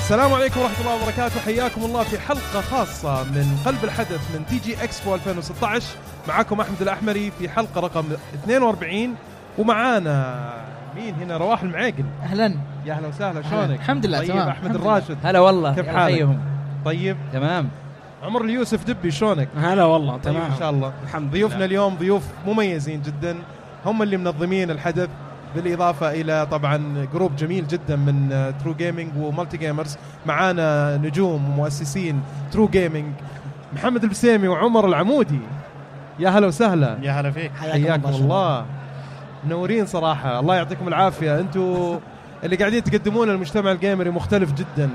السلام عليكم ورحمة الله وبركاته. حياكم الله في حلقة خاصة من قلب الحدث من تي جي اكسبو 2016. معاكم أحمد الأحمري في حلقة رقم 42. ومعانا مين هنا؟ رواح المعيقل. أهلا. يا أهلا وسهلا، شلونك؟ الحمد لله طيب. تمام. أحمد الراشد. هلا والله، كيف حالك؟ طيب تمام. عمر اليوسف دبي، شلونك؟ هلا والله طيب تمام إن شاء الله. ضيوفنا اليوم ضيوف مميزين جدا، هم اللي منظمين الحدث، بالإضافة إلى طبعا جروب جميل جدا من ترو جيمينج ومالتي جيمرز. معانا نجوم ومؤسسين ترو جيمينج، محمد البسيمي وعمر العمودي. يا هلا وسهلا. يا هلا فيك. حياكم الله، منورين صراحة. الله يعطيكم العافية. أنتوا اللي قاعدين تقدمون المجتمع الجيمري مختلف جدا،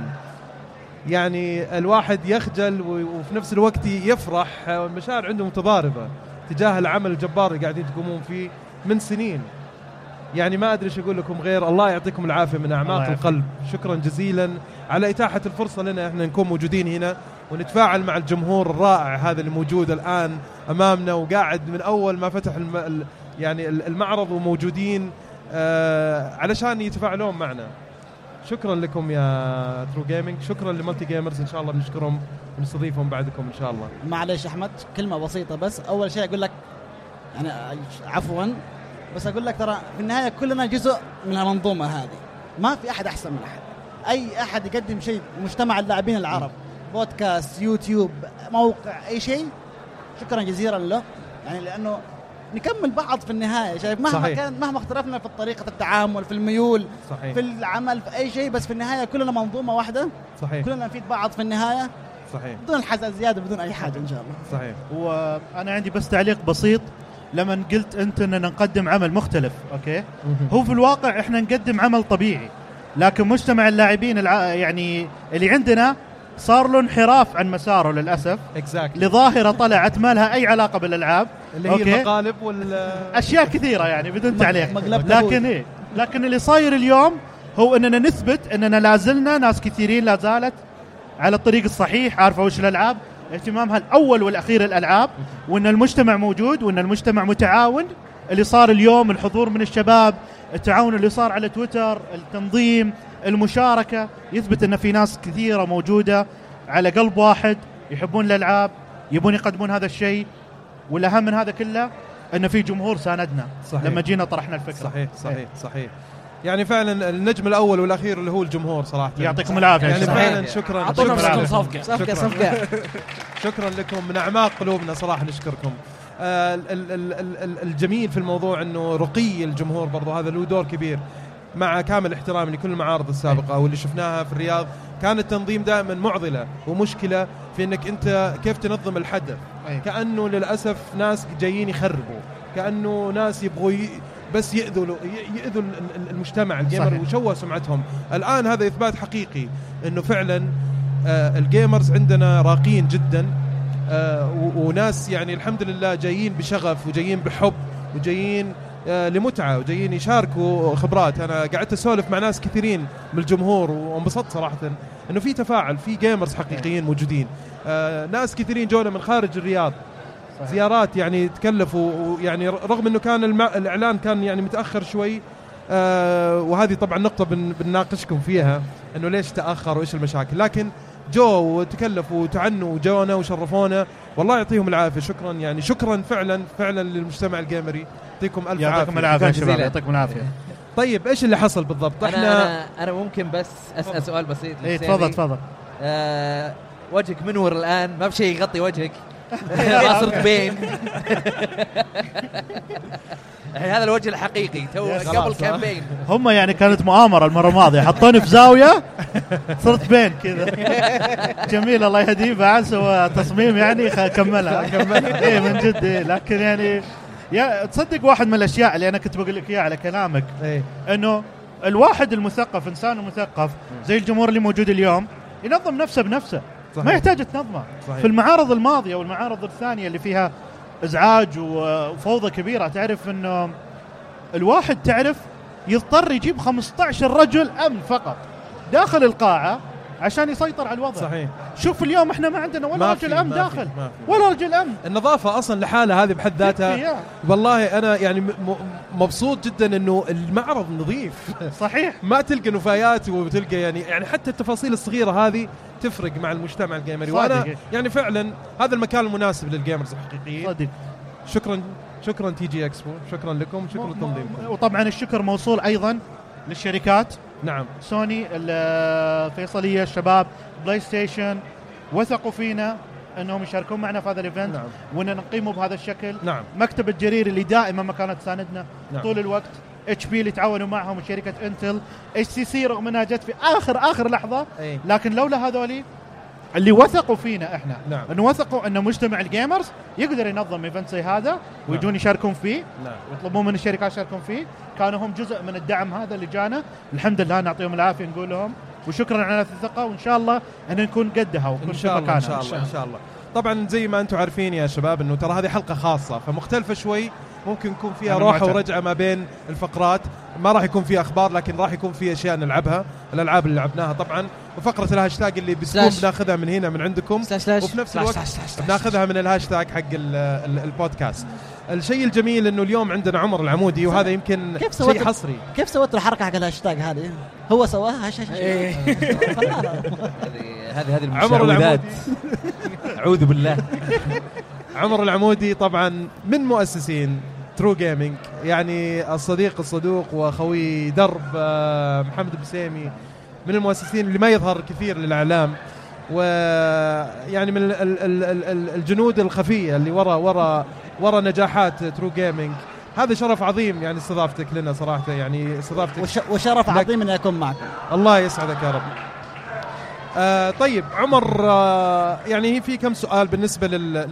يعني الواحد يخجل وفي نفس الوقت يفرح، المشاعر عندهم متضاربة تجاه العمل الجبار اللي قاعدين تقومون فيه من سنين. يعني ما أدري ايش أقول لكم غير الله يعطيكم العافية من أعماق القلب. شكرا جزيلا على إتاحة الفرصة لنا إحنا نكون موجودين هنا ونتفاعل مع الجمهور الرائع هذا اللي موجود الآن أمامنا، وقاعد من أول ما فتح يعني المعرض وموجودين علشان يتفاعلون معنا. شكرا لكم يا ترو جيمينج، شكرا لمالتي جيمرز، إن شاء الله بنشكرهم ونستضيفهم بعدكم إن شاء الله. معلش أحمد، كلمة بسيطة بس. أول شيء أقول لك يعني عفوا، بس أقول لك ترى في النهاية كلنا جزء من المنظومة هذه، ما في أحد أحسن من أحد. أي أحد يقدم شيء مجتمع اللاعبين العرب، بودكاست، يوتيوب، موقع، أي شيء، شكرا جزيلا له، يعني لأنه نكمل بعض في النهاية. شايف مهما اختلفنا في طريقة التعامل، في الميول، صحيح. في العمل، في أي شيء، بس في النهاية كلنا منظومة واحدة. صحيح. كلنا نفيد بعض في النهاية. صحيح. بدون الحزن زيادة، بدون أي حاجة إن شاء الله. صحيح. وأنا عندي بس تعليق بسيط. لما قلت أنت أننا نقدم عمل مختلف، أوكي، هو في الواقع إحنا نقدم عمل طبيعي، لكن مجتمع اللاعبين يعني اللي عندنا صار له انحراف عن مساره للأسف لظاهرة طلعت ما لها أي علاقة بالألعاب، اللي هي المقالب أشياء كثيرة يعني بدون تعليق. لكن اللي صاير اليوم هو أننا نثبت أننا لازلنا ناس كثيرين لازالت على الطريق الصحيح، عارفة وش الألعاب، اهتمامها الأول والأخير الألعاب، وأن المجتمع موجود، وأن المجتمع متعاون. اللي صار اليوم الحضور من الشباب، التعاون اللي صار على تويتر، التنظيم، المشاركة، يثبت أن في ناس كثيرة موجودة على قلب واحد، يحبون الألعاب، يبون يقدمون هذا الشيء. والأهم من هذا كله أن في جمهور ساندنا. صحيح. لما جينا طرحنا الفكرة. صحيح. يعني فعلا النجم الأول والأخير اللي هو الجمهور صراحة. يعطيكم العافية. يعني فعلا شكرا. عطونا صفقة. شكرا لكم من أعماق قلوبنا صراحة، نشكركم. الجميل في الموضوع أنه رقي الجمهور برضو هذا له دور كبير، مع كامل احترام لكل المعارض السابقة واللي شفناها في الرياض. كان التنظيم دائما معضلة ومشكلة في أنك أنت كيف تنظم الحدث. كأنه للأسف ناس جايين يخربوا، كأنه ناس يبغوا بس يأذوا المجتمع الجيمر وشوه سمعتهم. الآن هذا إثبات حقيقي أنه فعلا الجيمرز عندنا راقين جدا، وناس يعني الحمد لله جايين بشغف وجايين بحب وجايين لمتعة وجايين يشاركوا خبرات. أنا قعدت أسولف مع ناس كثيرين من الجمهور وانبسطت صراحة أنه في تفاعل، في جيمرز حقيقيين موجودين. ناس كثيرين جونا من خارج الرياض، زيارات يعني تكلفوا، يعني رغم أنه كان الإعلان كان يعني متأخر شوي، وهذه طبعا نقطة بنناقشكم فيها أنه ليش تأخر وإيش المشاكل، لكن جو وتكلفوا وتعنوا وجونا وشرفونا، والله يعطيهم العافية. شكرا، يعني شكرا فعلا للمجتمع الجيمري. يعطيكم ألف عافية. يعطيكم العافية شباب، يعطيكم العافية. طيب إيش اللي حصل بالضبط؟ أنا ممكن بس أسأل سؤال بسيط. تفضل. وجهك منور الآن، ما بشيء يغطي وجهك. صرت بين. هذا الوجه الحقيقي تو قبل كامبين. هم يعني كانت مؤامرة المرة الماضية، حطوني في زاوية صرت بين كذا. جميل الله يهديه، بعد سوى تصميم يعني كملها. إيه من جد. لكن يعني يا تصدق واحد من الأشياء اللي أنا كنت بقول لك إياها على كلامك، إنه الواحد المثقف، إنسان مثقف زي الجمهور اللي موجود اليوم، ينظم نفسه بنفسه. صحيح. ما يحتاج تنظمه. في المعارض الماضية والمعارض الثانية اللي فيها إزعاج وفوضى كبيرة، تعرف إنه الواحد تعرف يضطر يجيب 15 رجل أمن فقط داخل القاعة عشان يسيطر على الوضع. صحيح. شوف اليوم احنا ما عندنا ولا رجل امن داخل ما في. ولا رجل امن. النظافه اصلا لحالها هذه بحد ذاتها والله انا يعني مبسوط جدا انه المعرض نظيف. صحيح. ما تلقى نفايات وتلقى يعني حتى التفاصيل الصغيره هذه تفرق مع المجتمع الجيمري، وانا يعني فعلا هذا المكان المناسب للجيمرز الحقيقيين. صدق. شكرا تي جي اكسبو، شكرا لكم، شكرا لتنظيمكم. وطبعا الشكر موصول ايضا للشركات. نعم. سوني، الفيصليه، الشباب، بلاي ستيشن، وثقوا فينا انهم يشاركون معنا في هذا الايفنت. نعم. وان نقيمه بهذا الشكل. نعم. مكتب الجرير اللي دائما ما كانت تساندنا. نعم. طول الوقت. اتش بي اللي تعاونوا معهم، وشركه انتل، اتش سي سي رغم انها جت في اخر لحظه، لكن لولا هذولي اللي وثقوا فينا احنا. نعم. انه وثقوا انه مجتمع الجيمرز يقدر ينظم ايفنت زي هذا ويجون يشاركون فيه. نعم. ويطلبون من الشركات يشاركون فيه، كانوا هم جزء من الدعم هذا اللي جانا. الحمد لله، نعطيهم العافيه، نقول لهم وشكرا على الثقه، وان شاء الله ان نكون قدها ونكون في مكانها ان شاء الله. طبعا زي ما انتم عارفين يا شباب انه ترى هذه حلقه خاصه فمختلفه شوي، ممكن يكون فيها روحه ورجعه ما بين الفقرات، ما راح يكون فيها اخبار لكن راح يكون فيها اشياء نلعبها، الالعاب اللي لعبناها طبعا، وفقره الهاشتاج اللي بتكون بناخذها من هنا من عندكم، وفي نفس الوقت بناخذها من الهاشتاج حق البودكاست. الشيء الجميل انه اليوم عندنا عمر العمودي، وهذا يمكن شيء حصري. كيف سويت الحركه حق الهاشتاج هذه؟ هو سواها هذه عمر العمودي. اعوذ بالله. عمر العمودي طبعا من مؤسسين ترو جيمنج، يعني الصديق الصدوق وخوي درب محمد بسيمي من المؤسسين اللي ما يظهر كثير للإعلام، ويعني من الجنود الخفية اللي ورا نجاحات ترو جيمنج. هذا شرف عظيم يعني استضافتك لنا صراحة، يعني استضافتك وشرف عظيم أن أكون معكم. الله يسعدك يا رب. طيب عمر، يعني في كم سؤال بالنسبة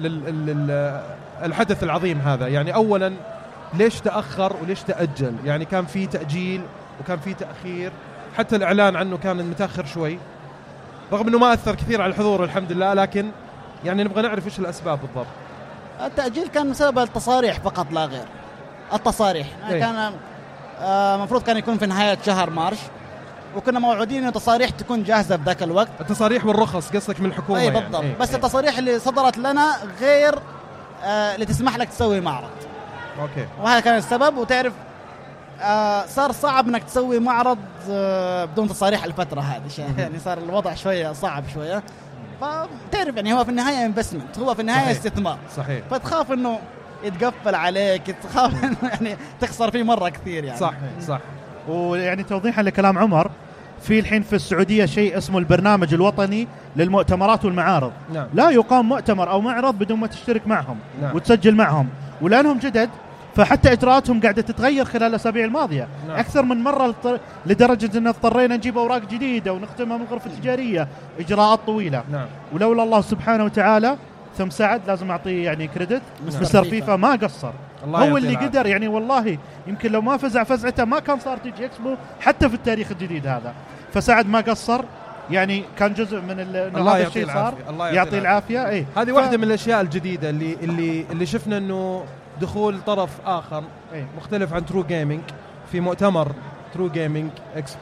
للحدث العظيم هذا. يعني أولا ليش تأخر وليش تأجل؟ يعني كان في تأجيل وكان في تأخير، حتى الإعلان عنه كان متأخر شوي رغم أنه ما أثر كثير على الحضور الحمد لله، لكن يعني نبغى نعرف إيش الأسباب بالضبط. التأجيل كان بسبب التصاريح فقط لا غير. التصاريح كان مفروض كان يكون في نهاية شهر مارس، وكنا موعودين ان التصاريح تكون جاهزه في ذاك الوقت. التصاريح والرخص قصدك من الحكومه؟ اي بالضبط. يعني. بس التصاريح اللي صدرت لنا غير اللي تسمح لك تسوي معرض. اوكي. وهذا كان السبب. وتعرف صار صعب انك تسوي معرض بدون تصاريح الفتره هذه. يعني صار الوضع شويه صعب شويه. فتعرف يعني هو في النهايه انفستمنت، هو في النهايه صحيح. استثمار. صحيح. فتخاف انه يتقفل عليك، تخاف يعني تخسر فيه مره كثير يعني. صح. ويعني توضيحا لكلام عمر، في الحين في السعودية شيء اسمه البرنامج الوطني للمؤتمرات والمعارض. نعم. لا يقام مؤتمر أو معرض بدون ما تشترك معهم. نعم. وتسجل معهم، ولأنهم جدد فحتى إجراءاتهم قاعدة تتغير خلال الأسابيع الماضية. نعم. أكثر من مرة لدرجة أن اضطرينا نجيب أوراق جديدة ونختمها من الغرفة التجارية، إجراءات طويلة. نعم. ولولا الله سبحانه وتعالى ثم سعد، لازم أعطيه يعني كريدت، مستر فيفا ما قصر، هو اللي قدر يعني. والله يمكن لو ما فزع فزعته ما كان صار تي جي اكسبو حتى في التاريخ الجديد هذا. فسعد ما قصر، يعني كان جزء من انه هذا الشيء صار. الله يعطيه العافيه. اي هذه واحده من الاشياء الجديده اللي شفنا انه دخول طرف اخر مختلف عن ترو جيمنج في مؤتمر ترو جيمنج اكسبو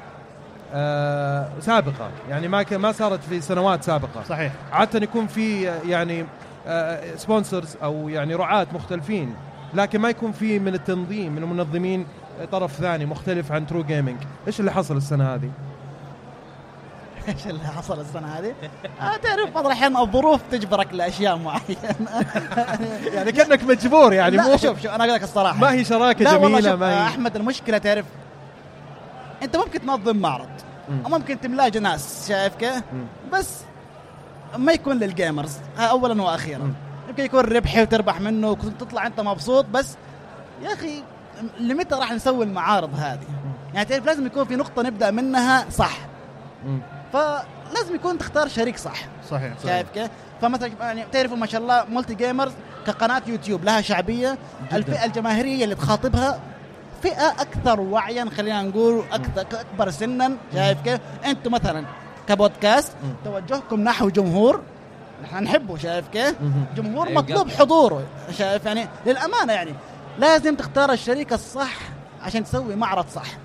سابقه، يعني ما صارت في سنوات سابقه. صحيح. عاده يكون في يعني سبونسرز او يعني رعاة مختلفين، لكن ما يكون في من التنظيم من المنظمين طرف ثاني مختلف عن ترو جيمنج. ايش اللي حصل السنه هذه؟ ايش اللي حصل السنه هذه؟ تعرف بعض الأحيان الظروف تجبرك لاشياء معينه. يعني كأنك مجبور يعني. مو شوف انا اقول لك الصراحه، ما هي شراكه جميله. ما هي احمد المشكله تعرف انت ممكن تنظم معرض وممكن تملاج ناس، شايف كيف؟ بس ما يكون للجيمرز اولا واخيرا. يمكن يكون ربحي وتربح منه وتطلع انت مبسوط، بس يا اخي لمتى راح نسوي المعارض هذه؟ يعني تعرف لازم يكون في نقطه نبدا منها صح. فلازم يكون تختار شريك صح. صحيح. شايف كيف؟ فمثلا يعني تعرفوا ما شاء الله مولتي جيمرز كقناه يوتيوب لها شعبيه جداً. الفئه الجماهيريه اللي تخاطبها فئه اكثر وعيا، خلينا نقول اكبر سنا. شايف كيف؟ انتم مثلا كبودكاست توجهكم نحو جمهور نحن نحبه. شايف كيف؟ جمهور مطلوب حضوره. شايف يعني للامانه يعني لازم تختار الشريك الصح عشان تسوي معرض صح.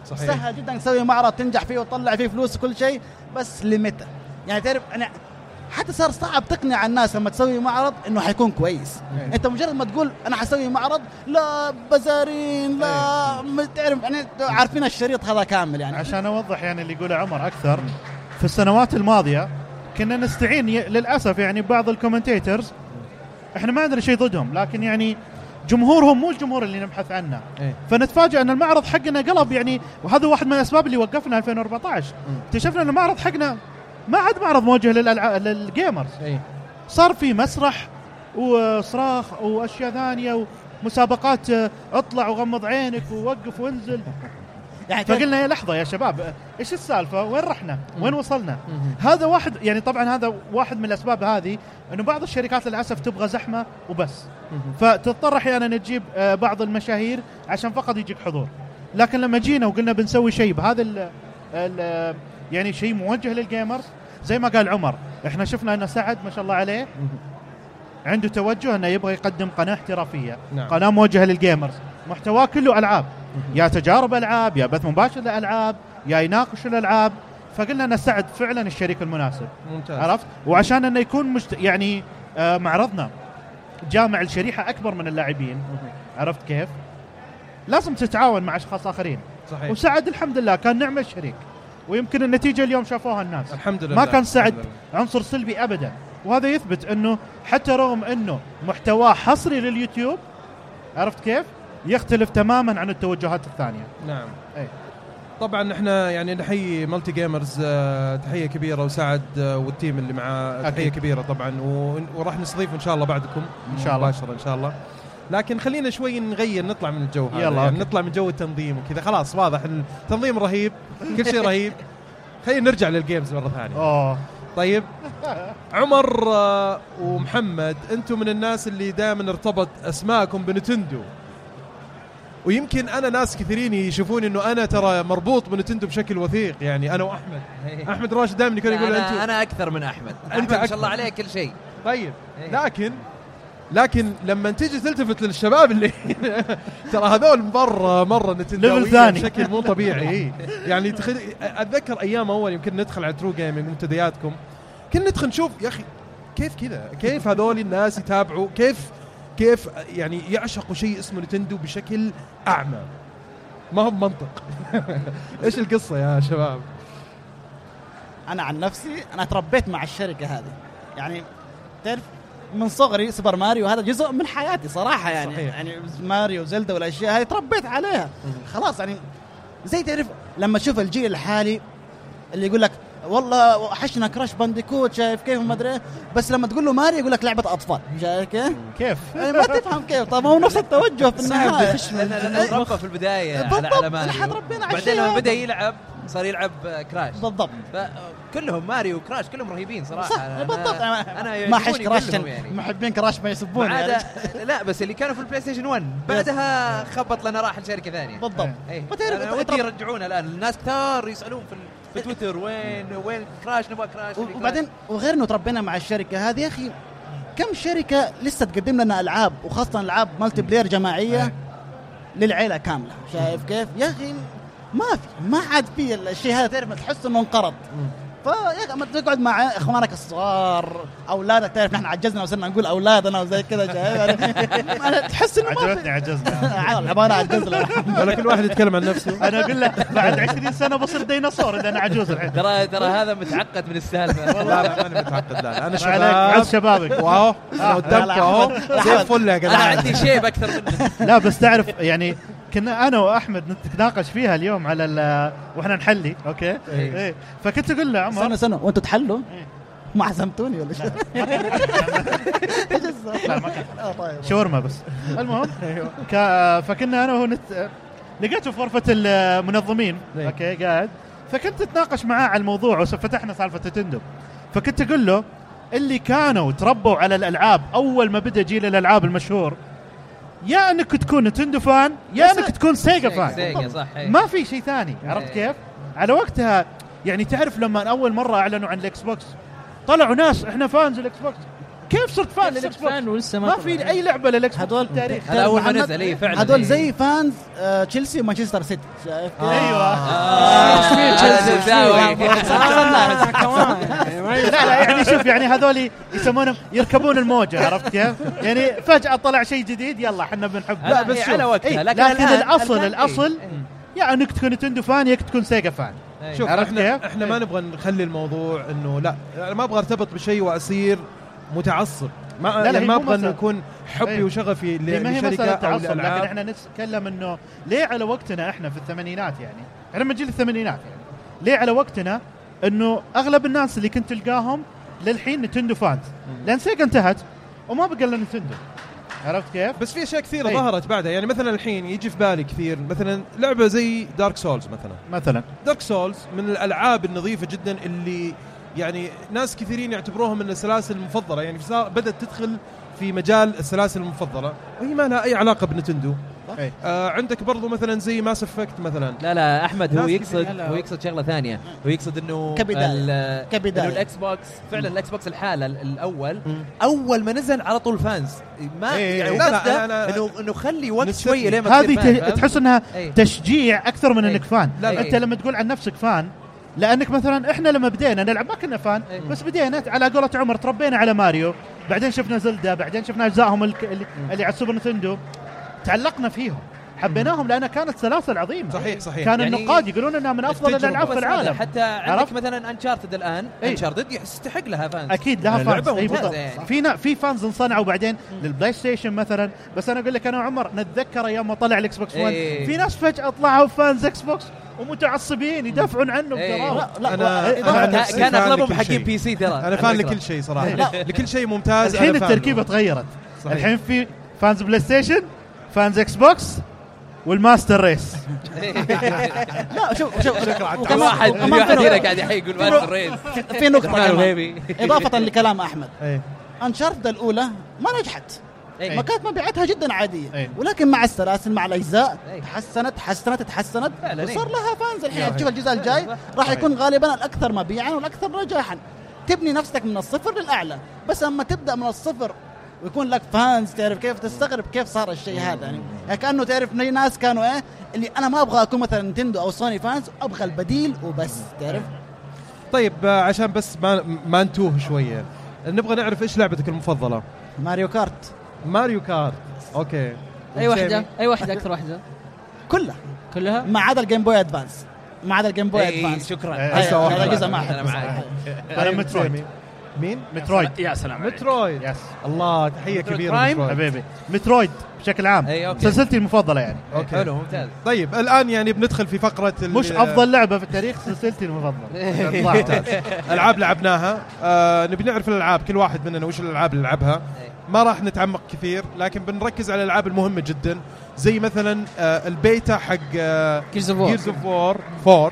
صحيح. سهل جدا تسوي معرض تنجح فيه وتطلع فيه فلوس وكل شيء، بس لمتى يعني تعرف أنا حتى صار صعب تقنع الناس لما تسوي معرض انه حيكون كويس. انت مجرد ما تقول انا حسوي معرض، لا بزارين لا تعرف يعني عارفين الشريط هذا كامل. يعني عشان اوضح يعني اللي يقوله عمر اكثر، في السنوات الماضيه كنا نستعين للاسف يعني بعض الكومنتيترز، احنا ما عندنا شيء ضدهم، لكن يعني جمهورهم مو الجمهور اللي نبحث عنه. فنتفاجئ ان المعرض حقنا قلب يعني، وهذا واحد من الاسباب اللي وقفنا 2014. اكتشفنا ان المعرض حقنا ما عاد معرض موجه للجيمرز، صار في مسرح وصراخ واشياء ثانيه ومسابقات اطلع وغمض عينك ووقف وانزل. يعني فقلنا يا لحظه يا شباب ايش السالفه، وين رحنا وين وصلنا؟ هذا واحد يعني طبعا هذا واحد من الاسباب هذه، انه بعض الشركات للاسف تبغى زحمه وبس، فتضطر احيانا تجيب بعض المشاهير عشان فقط يجيك حضور. لكن لما جينا وقلنا بنسوي شيء بهذا يعني شيء موجه للجيمرز زي ما قال عمر، احنا شفنا ان سعد ما شاء الله عليه عنده توجه انه يبغى يقدم قناه احترافيه. نعم. قناه موجهه للجيمرز، محتواه كله العاب، يا تجارب العاب، يا بث مباشر للالعاب، يا يناقش الالعاب. فقلنا ان سعد فعلا الشريك المناسب. ممتاز. عرفت؟ وعشان انه يكون يعني معرضنا جامع الشريحه اكبر من اللاعبين، عرفت كيف؟ لازم تتعاون مع اشخاص اخرين. صحيح. وسعد الحمد لله كان نعم الشريك، ويمكن النتيجه اليوم شافوها الناس الحمد لله. ما كان سعد عنصر سلبي ابدا، وهذا يثبت انه حتى رغم انه محتواه حصري لليوتيوب، عرفت كيف؟ يختلف تماما عن التوجهات الثانيه. نعم. طبعا احنا يعني نحيي مالتي جيمرز تحيه كبيره، وسعد والتيم اللي معاه تحيه كبيره طبعا، وراح نستضيف ان شاء الله بعدكم ان شاء الله مباشره ان شاء الله. لكن خلينا شوي نغير، نطلع من الجو هذا يعني، نطلع من جو التنظيم وكذا، خلاص واضح التنظيم رهيب كل شيء رهيب. خلينا نرجع للجيمز مره ثانيه. طيب عمر ومحمد، انتم من الناس اللي دائما ارتبط اسماءكم بنتندو، ويمكن انا ناس كثيرين يشوفون انه انا ترى مربوط بنتندو بشكل وثيق. يعني انا واحمد احمد راشد دائما يكون يقول انا اكثر من احمد. انت ما شاء الله عليه كل شيء. طيب لكن لما تيجي تلتفت للشباب اللي ترى هذول مره نتندويين بشكل مو طبيعي. يعني اتذكر ايام اول يمكن ندخل على ترو جيمنج منتدياتكم، كنا ندخل نشوف يا اخي كيف كذا، كيف هذول الناس يتابعوا، كيف يعني يعشقوا شيء اسمه نتندو بشكل اعمى، ما هو بمنطق. ايش القصه يا شباب؟ انا عن نفسي انا تربيت مع الشركه هذه، يعني تعرف من صغري سوبر ماريو هذا جزء من حياتي صراحه. يعني صحيح. يعني ماريو وزلدا والاشياء هذه تربيت عليها خلاص. يعني زي تعرف لما تشوف الجيل الحالي اللي يقول لك والله وحشنا كراش بانديكوت، شايف كيف ما ادري، بس لما تقول له ماريو يقول لك لعبه اطفال، شايف كيف يعني ما تفهم كيف. طب هو نفس التوجه في النهايه، لانه تربى في البدايه على ماريو، بعدين لما بدا يلعب صار يلعب كراش. بالضبط. كلهم ماريو وكراش كلهم رهيبين صراحه. صح بالضبط. انا ما حش كراش يعني. محبين كراش ما يسبون يعني. لا بس اللي كانوا في البلاي ستيشن 1 بعدها خبط لنا راح لشركه ثانيه. بالضبط. ودي يرجعونه الان، الناس كثار يسالون في تويتر وين كراش، نبغى كراش. وبعدين وغير انه تربينا مع الشركه هذه، يا اخي كم شركه لسه تقدم لنا العاب، وخاصه العاب مالتي بلاير جماعيه للعيله كامله، شايف كيف يا اخي؟ ما عاد في الشيء هذا، تعرف تحس انه انقرض. فيا اخي ما تقعد مع اخوانك الصغار، اولادك، تعرف نحن عجزنا وصرنا نقول اولادنا وزي كذا، شايف تحس انه عجبتني عجزنا. انا عجزنا ولا كل واحد يتكلم عن نفسه. انا اقول له بعد 20 سنه بصير ديناصور اذا انا عجوز الحين. ترى هذا متعقد من السالفه. والله انا متعقد. لا انا شباب شبابك واو قدامك اهو زي الفل يا جماعه. انا عندي شيب اكثر منه. لا بس تعرف يعني كنا انا واحمد نتناقش فيها اليوم على واحنا نحلي. اوكي ايه فكنت اقول له عمر سنه وانتوا تحلوا ما عزمتوني ولا شيء. لا ما كان شاورما بس. المهم فكنا انا وهو لقيته في غرفه المنظمين. اوكي قاعد، فكنت اتناقش معاه على الموضوع وفتحنا سالفه نتندو. فكنت اقول له اللي كانوا تربوا على الالعاب اول ما بدا جيل الالعاب المشهور، يا انك تكون نتندو فان يا انك تكون سيجا فان. صح. ما في شيء ثاني. عرفت كيف؟ على وقتها يعني تعرف لما اول مره اعلنوا عن الاكس بوكس طلعوا ناس احنا فانز الاكس بوكس، كيف صرت فان للاكس بوكس؟ ولسه ما في اي لعبه للاكس بوكس هذول تاريخ. هذا اول ما نزل اي فعلا هذول زي فانز تشيلسي ومانشستر سيتي. ايوه لا يعني شوف يعني هذول يسمونهم يركبون الموجه، عرفت كيف؟ يعني فجاه طلع شيء جديد يلا احنا بنحب. لا بس على وقتها، لكن الاصل يعني انك تكون نتندو فان ياك تكون سيجا فان. شوف احنا ما نبغى نخلي الموضوع انه لا انا ما ابغى ارتبط بشيء واصير متعصب، ما ابغى انه يكون حبي وشغفي لشركه او للالعاب. لكن احنا نتكلم انه ليه على وقتنا احنا في الثمانينات، يعني احنا من جيل الثمانينات، يعني ليه على وقتنا انه اغلب الناس اللي كنت تلقاهم للحين نتندو فانز، لان سيجا انتهت وما بقى الا نتندو، عرفت كيف؟ بس في اشياء كثيره ظهرت بعدها. يعني مثلا الحين يجي في بالي كثير مثلا لعبه زي دارك سولز مثلا دارك سولز من الالعاب النظيفه جدا اللي يعني ناس كثيرين يعتبروها من السلاسل المفضله، يعني بدأت تدخل في مجال السلاسل المفضله وهي ما لها اي علاقه بنتندو. عندك برضو مثلا زي ماس افكت مثلا. لا احمد هو يقصد شغله ثانيه، هو يقصد انه كبداية الاكس بوكس فعلا الاكس بوكس الحاله الاول اول ما نزل على طول فانز ما يعني انه خلي وقت شويه لين ما هذه تحس انها تشجيع اكثر من انك فان. انت لما تقول عن نفسك فان لانك مثلا احنا لما بدينا نلعب ما كنا فان، بس بدينا على قولة عمر تربينا على ماريو، بعدين شفنا زلدا، بعدين شفنا اجزائهم اللي على السوبر نينتندو، تعلقنا فيهم حبيناهم لأنها كانت سلاسل عظيمة. صحيح كان يعني النقاد يقولون انها من افضل الالعاب في العالم. حتى عندك مثلا انشارتد الان انشارتد يستحق لها فانز، اكيد لها فانز. في فانز انصنعوا بعدين للبلاي ستيشن مثلا. بس انا اقول لك انا وعمر نتذكر ايام ما طلع الاكس بوكس 1 في ناس فجأة طلعوا فانز اكس بوكس ومتعصبين يدافعون عنه بجراوة. لا كان اغلبهم حقين بي سي ترى. انا فان لكل شيء صراحة، لكل شيء ممتاز. الحين التركيبة تغيرت، الحين في فانز بلاي ستيشن، فانز اكس بوكس، والماستر ريس. لا شوف كل واحد قاعد يقول ماستر ريس. في نقطة كمان إضافة لكلام أحمد، أنشارتد الأولى ما نجحت، ما كانت مبيعاتها جدا عادية، ولكن مع السلاسل مع الأجزاء تحسنت وصار لها فانز. الحين تشوف الجزء الجاي راح يكون غالبا الأكثر مبيعا والأكثر نجاحا. تبني نفسك من الصفر للأعلى، بس أما تبدأ من الصفر ويكون لك فانز تعرف كيف تستغرب كيف صار الشيء هذا. يعني كأنه تعرف ناس كانوا اللي أنا ما أبغى أكون مثلا نينتندو أو سوني فانز، أبغى البديل وبس تعرف. طيب عشان بس ما نتوه شوية، نبغى نعرف إيش لعبتك المفضلة؟ ماريو كارت. أوكي. أي واحدة أكثر واحدة؟ كلها ما عدا الجيم بوي أدفانس. شكرا. هذا جزء ما أحب. أنا مترويد. مين؟ مترويد. يا سلام. مترويد. الله تحية كبيرة حبيبي. مترويد بشكل عام سلسلتي المفضلة يعني. أوكي. حلو ممتاز. طيب الآن يعني بندخل في فقرة مش أفضل لعبة في التاريخ، سلسلتي المفضلة. ممتاز. ألعاب لعبناها، نبي نعرف الألعاب كل واحد مننا وش الألعاب اللي لعبها. ما راح نتعمق كثير، لكن بنركز على الألعاب المهمة جدا، زي مثلا البيتا حق Gears of War 4.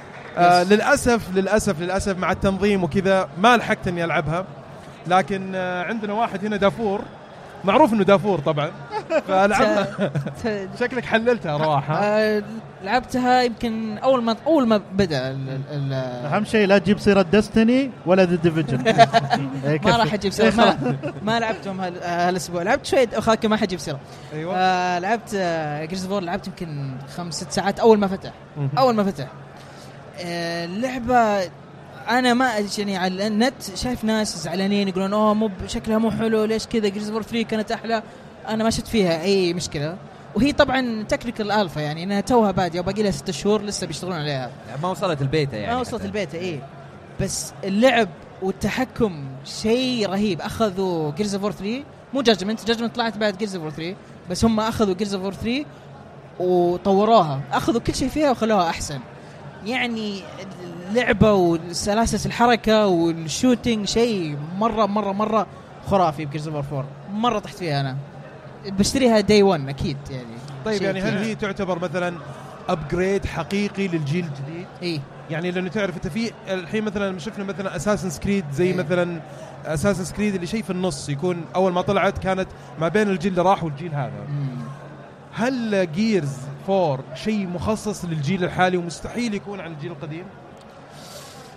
للأسف مع التنظيم وكذا ما لحقت اني العبها، لكن عندنا واحد هنا دافور، معروف انه دافور طبعا، فلعبها. شكلك حللتها رواحة. لعبتها يمكن اول ما بدا اهم شيء لا تجيب سيرة ديستني ولا ذا ديفيجن. ما راح اجيب سيرة. ما لعبتهم هالاسبوع، لعبت شوي اخاك ما حجيب سيرة. ايوه لعبت جيرز اوف وور، لعبت يمكن 5-6 ساعات اول ما فتح اللعبة. أنا ما يعني على النت شايف ناس زعلانين يقولون مو شكلها مو حلو، ليش كذا؟ جيرز اوف 3 كانت أحلى. أنا ما شفت فيها أي مشكلة، وهي طبعا تكنيكال ألفا، يعني أنها توها بادية وباقي لها 6 شهور لسه بيشتغلون عليها، ما وصلت البيتا يعني. ما وصلت البيتا بس اللعب والتحكم شيء رهيب. أخذوا جيرز اوف 3 مو جاجمنت طلعت بعد جيرز اوف 3، بس هم أخذوا جيرز اوف 3 وطوروها، أخذوا كل شيء فيها وخلوها أحسن. يعني اللعبة والسلاسة الحركة والشوتينج شيء مرة خرافي. بجيرز اوف 4 مرة طحت فيها، أنا بشتريها داي 1 أكيد يعني. طيب يعني هل هي تعتبر مثلا أبجريد حقيقي للجيل الجديد؟ يعني لأنه تعرف أنت في الحين مثلا شفنا مثلا أساسنز كريد زي مثلا أساسنز كريد اللي شيء في النص، يكون أول ما طلعت كانت ما بين الجيل اللي راح والجيل هذا. هل جيرز 4 شيء مخصص للجيل الحالي ومستحيل يكون عن الجيل القديم؟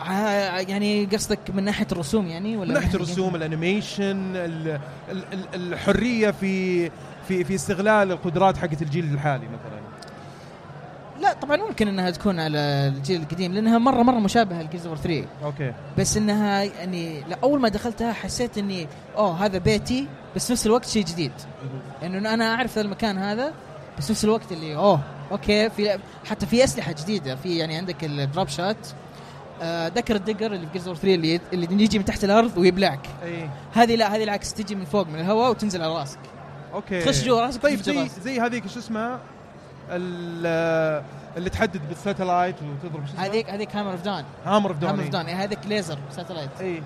يعني قصدك من ناحيه الرسوم يعني ولا من ناحيه الرسوم الانيميشن الحريه في استغلال القدرات حقت الجيل الحالي مثلا؟ لا طبعا ممكن انها تكون على الجيل القديم لانها مره مشابهه لجيرز اوف 3. اوكي. بس انها يعني اول ما دخلتها حسيت اني هذا بيتي، بس نفس الوقت شيء جديد، انه انا اعرف المكان هذا، بس نفس الوقت اللي اوكي في حتى في اسلحه جديده، في يعني عندك الدروب شات، ذكر الدقر اللي في جيرز اوف 3 اللي يجي من تحت الارض ويبلعك. هذه لا، هذه العكس، تجي من فوق من الهواء وتنزل على راسك. اوكي. تخش جوا راسك. طيب زي هذيك شو اسمها اللي تحدد بالساتلايت وتضرب هذيك هامر اوف دون هذيك ليزر ساتلايت.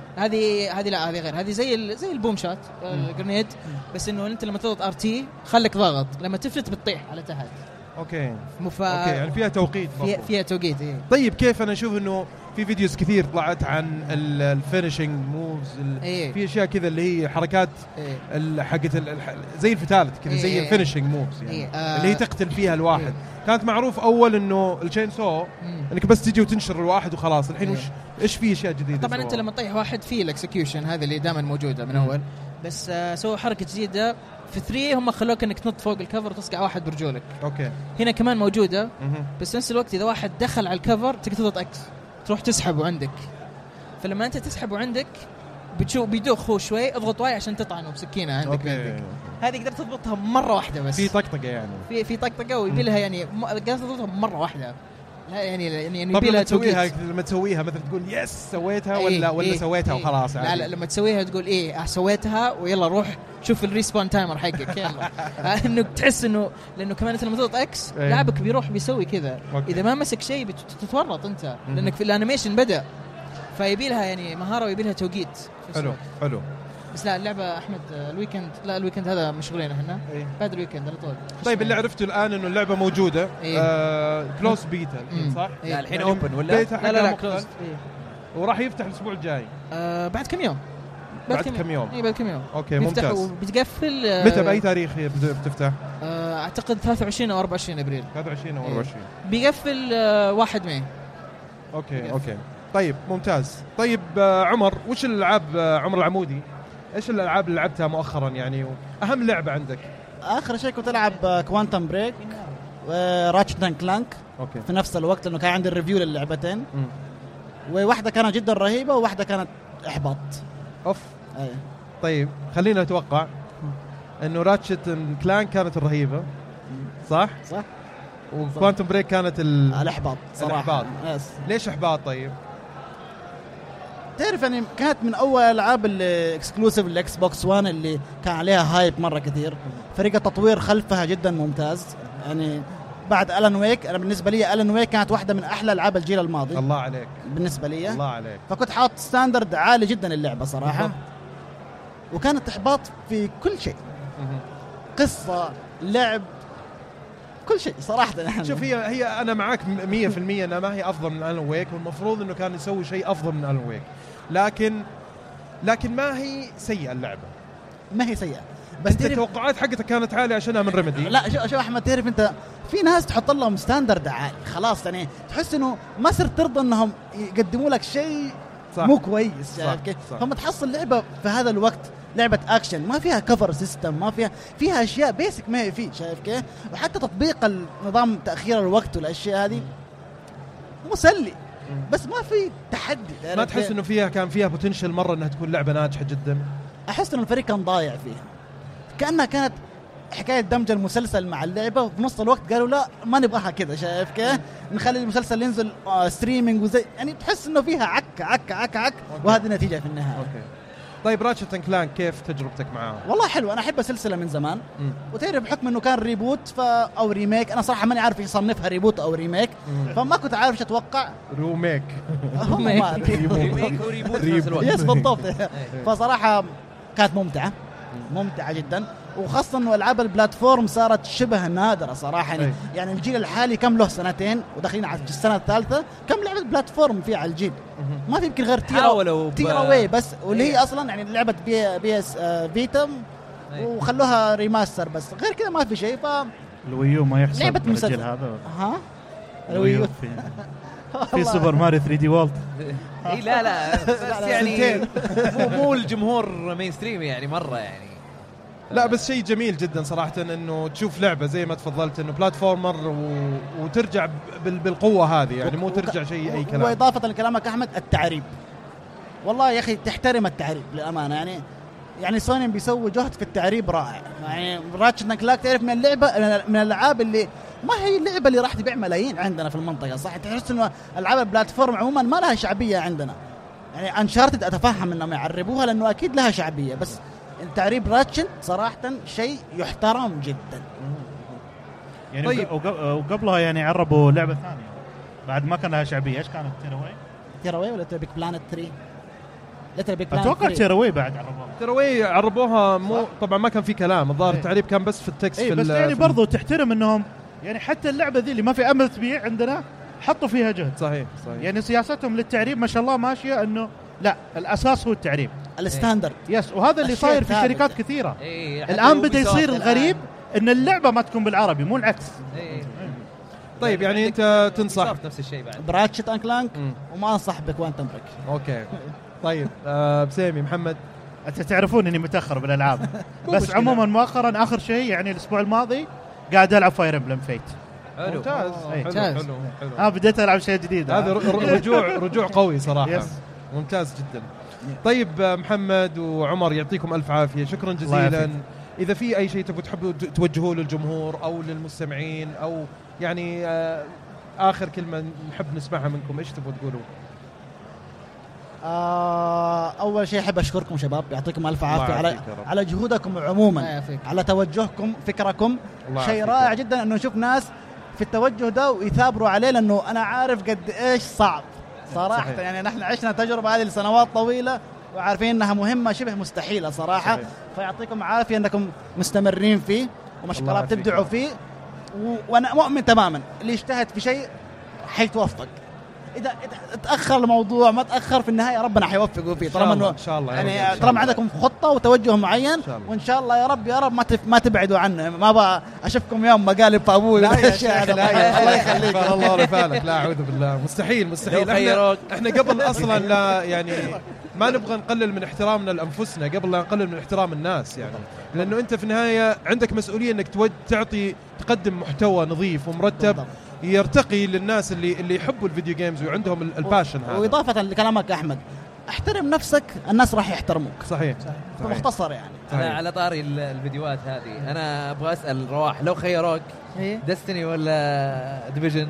هذه لا، هذه غير، هذه زي البوم شات الجرنيد، بس انه انت لما تضغط RT خليك ضاغط، لما تفلت بتطيح على تحت. اوكي يعني فيها توقيت. فيها توقيت. طيب كيف انا اشوف انه في فيديوز كثير طلعت عن الفينيشنج موفز في اشياء كذا اللي هي حركات حقت زي الفتالت كذا، زي الفينيشنج موفز يعني اللي هي تقتل فيها الواحد. كانت معروف اول انه التشين سو انك بس تجي وتنشر الواحد وخلاص. الحين ايش في اشياء جديده؟ طبعا انت لما تطيح واحد في الاكسكيوشن هذا اللي دائما موجوده من اول، بس سووا حركه جديده في 3 هم خلوك انك تنط فوق الكفر وتصقع واحد برجولك. اوكي. هنا كمان موجوده، بس نفس الوقت اذا واحد دخل على الكفر تقدر تضغط اكس تروح تسحبه عندك، فلما انت تسحبه عندك بتشوف بيدوخ هو شوي، اضغط واي عشان تطعنه بسكينه عندك. هذه قدرت تضبطها مره واحده بس، في طقطقه يعني في طقطقه، ويبي لها يعني قدرت تضبطها مره واحده. لا يعني يبي لها توقيت. لما تسويها مثلا تقول يس سويتها ولا سويتها وخلاص. لا لما تسويها تقول سويتها ويلا روح شوف الريسبون تايمر حقك يلا. انه تحس انه لانه كمان انت لما تضغط اكس لاعبك بيروح بيسوي كذا، اذا ما مسك شيء بتتورط انت لانك في الانيميشن بدا، فيبي لها يعني مهاره ويبي لها توقيت. حلو. بس لا اللعبه احمد الويكند هذا مشغولين احنا بعد الويكند على طول. طيب اللي عرفته الان انه اللعبه موجوده كلوز بيتا صح؟ لا الحين اوبن ولا لا كلوز وراح يفتح الاسبوع الجاي بعد كم يوم. بعد كم يوم. اوكي ممتاز. وبتقفل متى باي تاريخ بتفتح؟ اعتقد 23 او 24 ابريل. 23 او 24 بيقفل 1 ماي. اوكي طيب ممتاز. طيب عمر، وش الالعاب عمر العمودي، ايش الالعاب اللي لعبتها مؤخرا يعني واهم لعبه عندك؟ اخر شيء كنت العب كوانتم بريك وراتشت اند كلانك في نفس الوقت، لانه كان عندي الريفيو للعبتين. وواحده كانت جدا رهيبه وواحده كانت احباط. طيب خلينا نتوقع انه راتشت اند كلانك كانت الرهيبه صح وكوانتم بريك كانت الاحباط صراحه. ليش احباط؟ طيب تعرف يعني كانت من اول العاب الاكسكلوسيف للاكس بوكس 1 اللي كان عليها هايب مره كثير، فريق التطوير خلفها جدا ممتاز يعني. بعد ألان ويك، انا بالنسبه لي ألان ويك كانت واحده من احلى العاب الجيل الماضي. الله عليك. بالنسبه لي الله عليك. فكنت حاط ستاندرد عالي جدا اللعبه صراحه. وكانت احباط في كل شيء، قصه لعب كل شيء صراحه. شوف هي انا معاك 100% انها ما هي افضل من ألان ويك، والمفروض انه كان يسوي شيء افضل من ألان ويك، لكن ما هي سيئه اللعبه، ما هي سيئه، بس التوقعات حقتك كانت عاليه عشانها من ريميدي. لا شوف احمد، تعرف انت في ناس تحط لهم ستاندرد عالي خلاص، يعني تحس انه ما صرت ترضى انهم يقدموا لك شيء مو كويس، شايف كيف؟ فما تحصل لعبه في هذا الوقت لعبه اكشن ما فيها كفر سيستم، ما فيها اشياء بيسك ما هي فيه، شايف كيف؟ وحتى تطبيق النظام تاخير الوقت والاشياء هذه مسلي، بس ما في تحدي. ما تحس انه كان فيها بوتنشل مره انها تكون لعبه ناجحه جدا؟ احس انه الفريق كان ضايع فيها، كانها كانت حكايه دمج المسلسل مع اللعبه، وفي نص الوقت قالوا لا ما نبغاها كذا، شايف كيف؟ نخلي المسلسل ينزل ستريمينج وزي، يعني تحس انه فيها عك وهذه النتيجه في النهايه. طيب راتشت اند كلانك كيف تجربتك معاه؟ والله حلو، انا احب السلسله من زمان، وتعرف بحكم انه كان ريبوت او ريميك، انا صراحه ماني عارف يصنفها ريبوت او ريميك، فما كنت عارف ايش اتوقع. ريميك يس بالضبط. فصراحه كانت ممتعه جدا، وخاصه انه العاب البلاتفورم صارت شبه نادره صراحه، يعني الجيل الحالي كم له سنتين وداخلين على السنه الثالثه، كم لعبه بلاتفورم في على الجيل؟ ما في يمكن غير تيرا واي بس، واللي هي اصلا يعني لعبه بي اس فيتا وخلوها ريماستر، بس غير كذا ما في شيء. الويو ما يحسب لعبه الجيل هذا. الويو في سوبر ماريو 3 دي وولد. اي لا يعني مو الجمهور مين ستريم يعني مره يعني. لا بس شيء جميل جدا صراحة انه تشوف لعبة زي ما تفضلت انه بلاتفورمر وترجع بالقوة هذه يعني مو ترجع شيء اي كلام. واضافة لكلامك احمد التعريب والله يا اخي تحترم التعريب للامانة يعني سوني بيسوي جهد في التعريب رائع يعني راتشت اند كلانك تعرف من اللعبة من الالعاب اللي ما هي اللعبة اللي راح تبيع ملايين عندنا في المنطقة صح تحس انه العاب البلاتفورم عموما ما لها شعبية عندنا يعني انشارتد اتفهم انهم يعربوها لانه اكيد لها شعبية بس التعريب راتشت صراحة شيء يحترم جدا يعني طيب. وقبلها يعني عربوا لعبة ثانية بعد ما كان لها شعبية ايش كانت تيراوي ولا بيك بلانت 3 اتوقع تيراوي بعد عربوها مو طبعا ما كان في كلام الظاهر التعريب كان بس في التكست بس يعني برضو تحترم انهم يعني حتى اللعبة ذي اللي ما في امل تبيع عندنا حطوا فيها جهد صحيح يعني سياستهم للتعريب ما شاء الله ماشية انه لا الاساس هو التعريب الستاندرد يس وهذا اللي صاير في شركات كثيرة الان بدأ يصير الغريب ان اللعبة ما تكون بالعربي مو العكس طيب يعني انت تنصح نفس الشيء بعد براتشت اند كلانك وما انصح بكوانتم بريك اوكي طيب بسيمي محمد انت تعرفون اني متاخر بالالعاب بس عموما مؤخرا اخر شيء يعني الاسبوع الماضي قاعد العب فاير امبلم فيت ممتاز حلو بديت العب شيء جديد هذا رجوع قوي صراحه ممتاز جدا طيب محمد وعمر يعطيكم الف عافيه شكرا جزيلا اذا في اي شيء تحبوا توجهوه للجمهور او للمستمعين او يعني اخر كلمه نحب نسمعها منكم ايش تبغوا تقولوا اول شيء احب اشكركم شباب يعطيكم الف عافيه على جهودكم عموما على توجهكم فكركم شيء رائع جدا انه نشوف ناس في التوجه ده ويثابروا عليه لانه انا عارف قد ايش صعب صراحه صحيح. يعني نحن عشنا تجربه هذه لسنوات طويله وعارفين انها مهمه شبه مستحيله صراحه صحيح. فيعطيكم عافيه انكم مستمرين فيه وما شاء الله بتبدعوا فيه وانا مؤمن تماما اللي يجتهد في شيء حيتوفق إذا تأخر الموضوع ما تأخر في النهاية ربنا حيوفقه فيه طالما إنه إن شاء الله يعني طالما عندكم خطة وتوجه معين وإن شاء الله يا رب ما تبعدوا عنه ما بقى أشوفكم يوم مقالب فأبوي لا الله يخليك الله رفالك لا أعوذ بالله مستحيل إحنا قبل أصلا لا يعني ما نبغى نقلل من احترامنا لأنفسنا قبل لا نقلل من احترام الناس يعني لأنه أنت في النهاية عندك مسؤولية إنك تقدم محتوى نظيف ومرتب يرتقي للناس اللي يحبوا الفيديو جيمز وعندهم الباشن هذا وإضافة لكلامك أحمد احترم نفسك الناس راح يحترموك صحيح مختصر يعني أنا على طاري الفيديوهات هذه أنا أبغى أسأل رواح لو خيروك ديستني ولا ديفيجن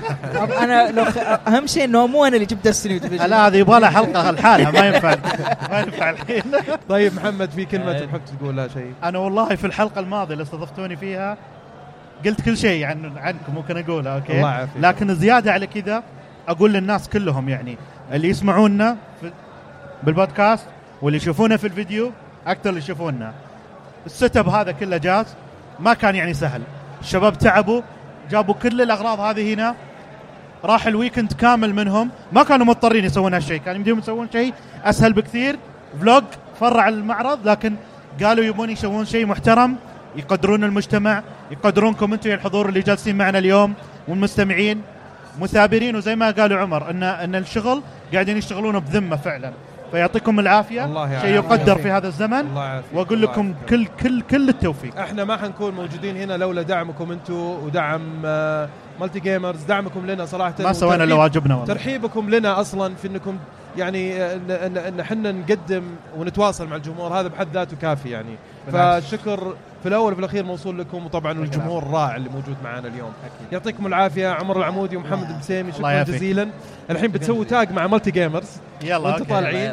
أنا لو أهم شيء إنه مو أنا اللي جبت ديستني وديفيجن لا هذه يبغى لها حلقة الحالها ما ينفع الحين طيب محمد في كلمة تحب تقولها شيء أنا والله في الحلقة الماضية اللي استضفتوني فيها قلت كل شيء عنكم ممكن أقوله أوكي لكن زيادة على كذا أقول للناس كلهم يعني اللي يسمعونا بالبودكاست واللي يشوفونا في الفيديو أكثر اللي يشوفونا السيت اب هذا كله جاز ما كان يعني سهل الشباب تعبوا جابوا كل الأغراض هذه هنا راح الويكند كامل منهم ما كانوا مضطرين يسوون هالشيء كانوا يمديهم يسوون شيء أسهل بكثير فلوج فرع المعرض لكن قالوا يبون يسوون شيء محترم يقدرون المجتمع يقدرونكم انتم الحضور اللي جالسين معنا اليوم والمستمعين مثابرين وزي ما قالوا عمر ان الشغل قاعدين يشتغلونه بذمه فعلا فيعطيكم العافيه شيء يقدر في هذا الزمن واقول لكم كل التوفيق احنا ما حنكون موجودين هنا لولا دعمكم انتم ودعم مالتي جيمرز دعمكم لنا صراحه ما سوينا الا واجبنا والله ترحيبكم لنا اصلا في انكم يعني ان احنا نقدم ونتواصل مع الجمهور هذا بحد ذاته كافي يعني فالشكر في الاول وفي الاخير موصول لكم وطبعا الجمهور الرائع اللي موجود معنا اليوم أكيد. يعطيكم العافيه عمر العمودي ومحمد البسيمي شكرا جزيلا الحين بتسوي تاج مع مالتي جيمرز يلا وانتم طالعين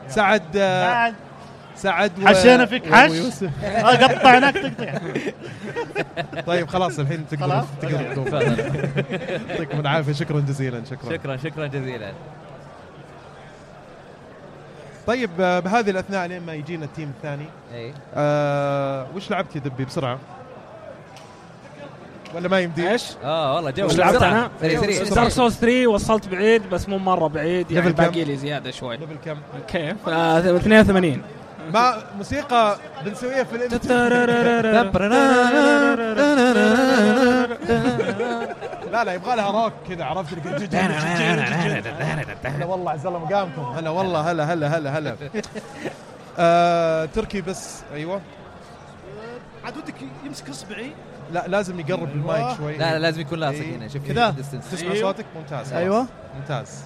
سعد حشينا فيك حش قطعناك تقطع طيب خلاص الحين تقدر يعطيكم العافيه شكرا جزيلا شكرا جزيلا طيب بهذه الأثناء لين ما يجينا التيم الثاني وش لعبت يا دبي بسرعة ولا ما يمدي ايش والله جو لعبت انا دارك سولز 3 وصلت بعيد بس مو مرة بعيد يعني باقي لي زيادة شوي ليفل كم كيف 82 ما موسيقى بنسويها في لا يبغى لها روك كذا، عرفت؟ لا والله عز الله مقامكم. هلا والله هلا تركي بس. ايوه عاد ودك يمسك اصبعي. لا لازم يقرب المايك شوي. لا لازم يكون لاصق هنا. شوف كذا تسمع صوتك ممتاز. ايوه ممتاز.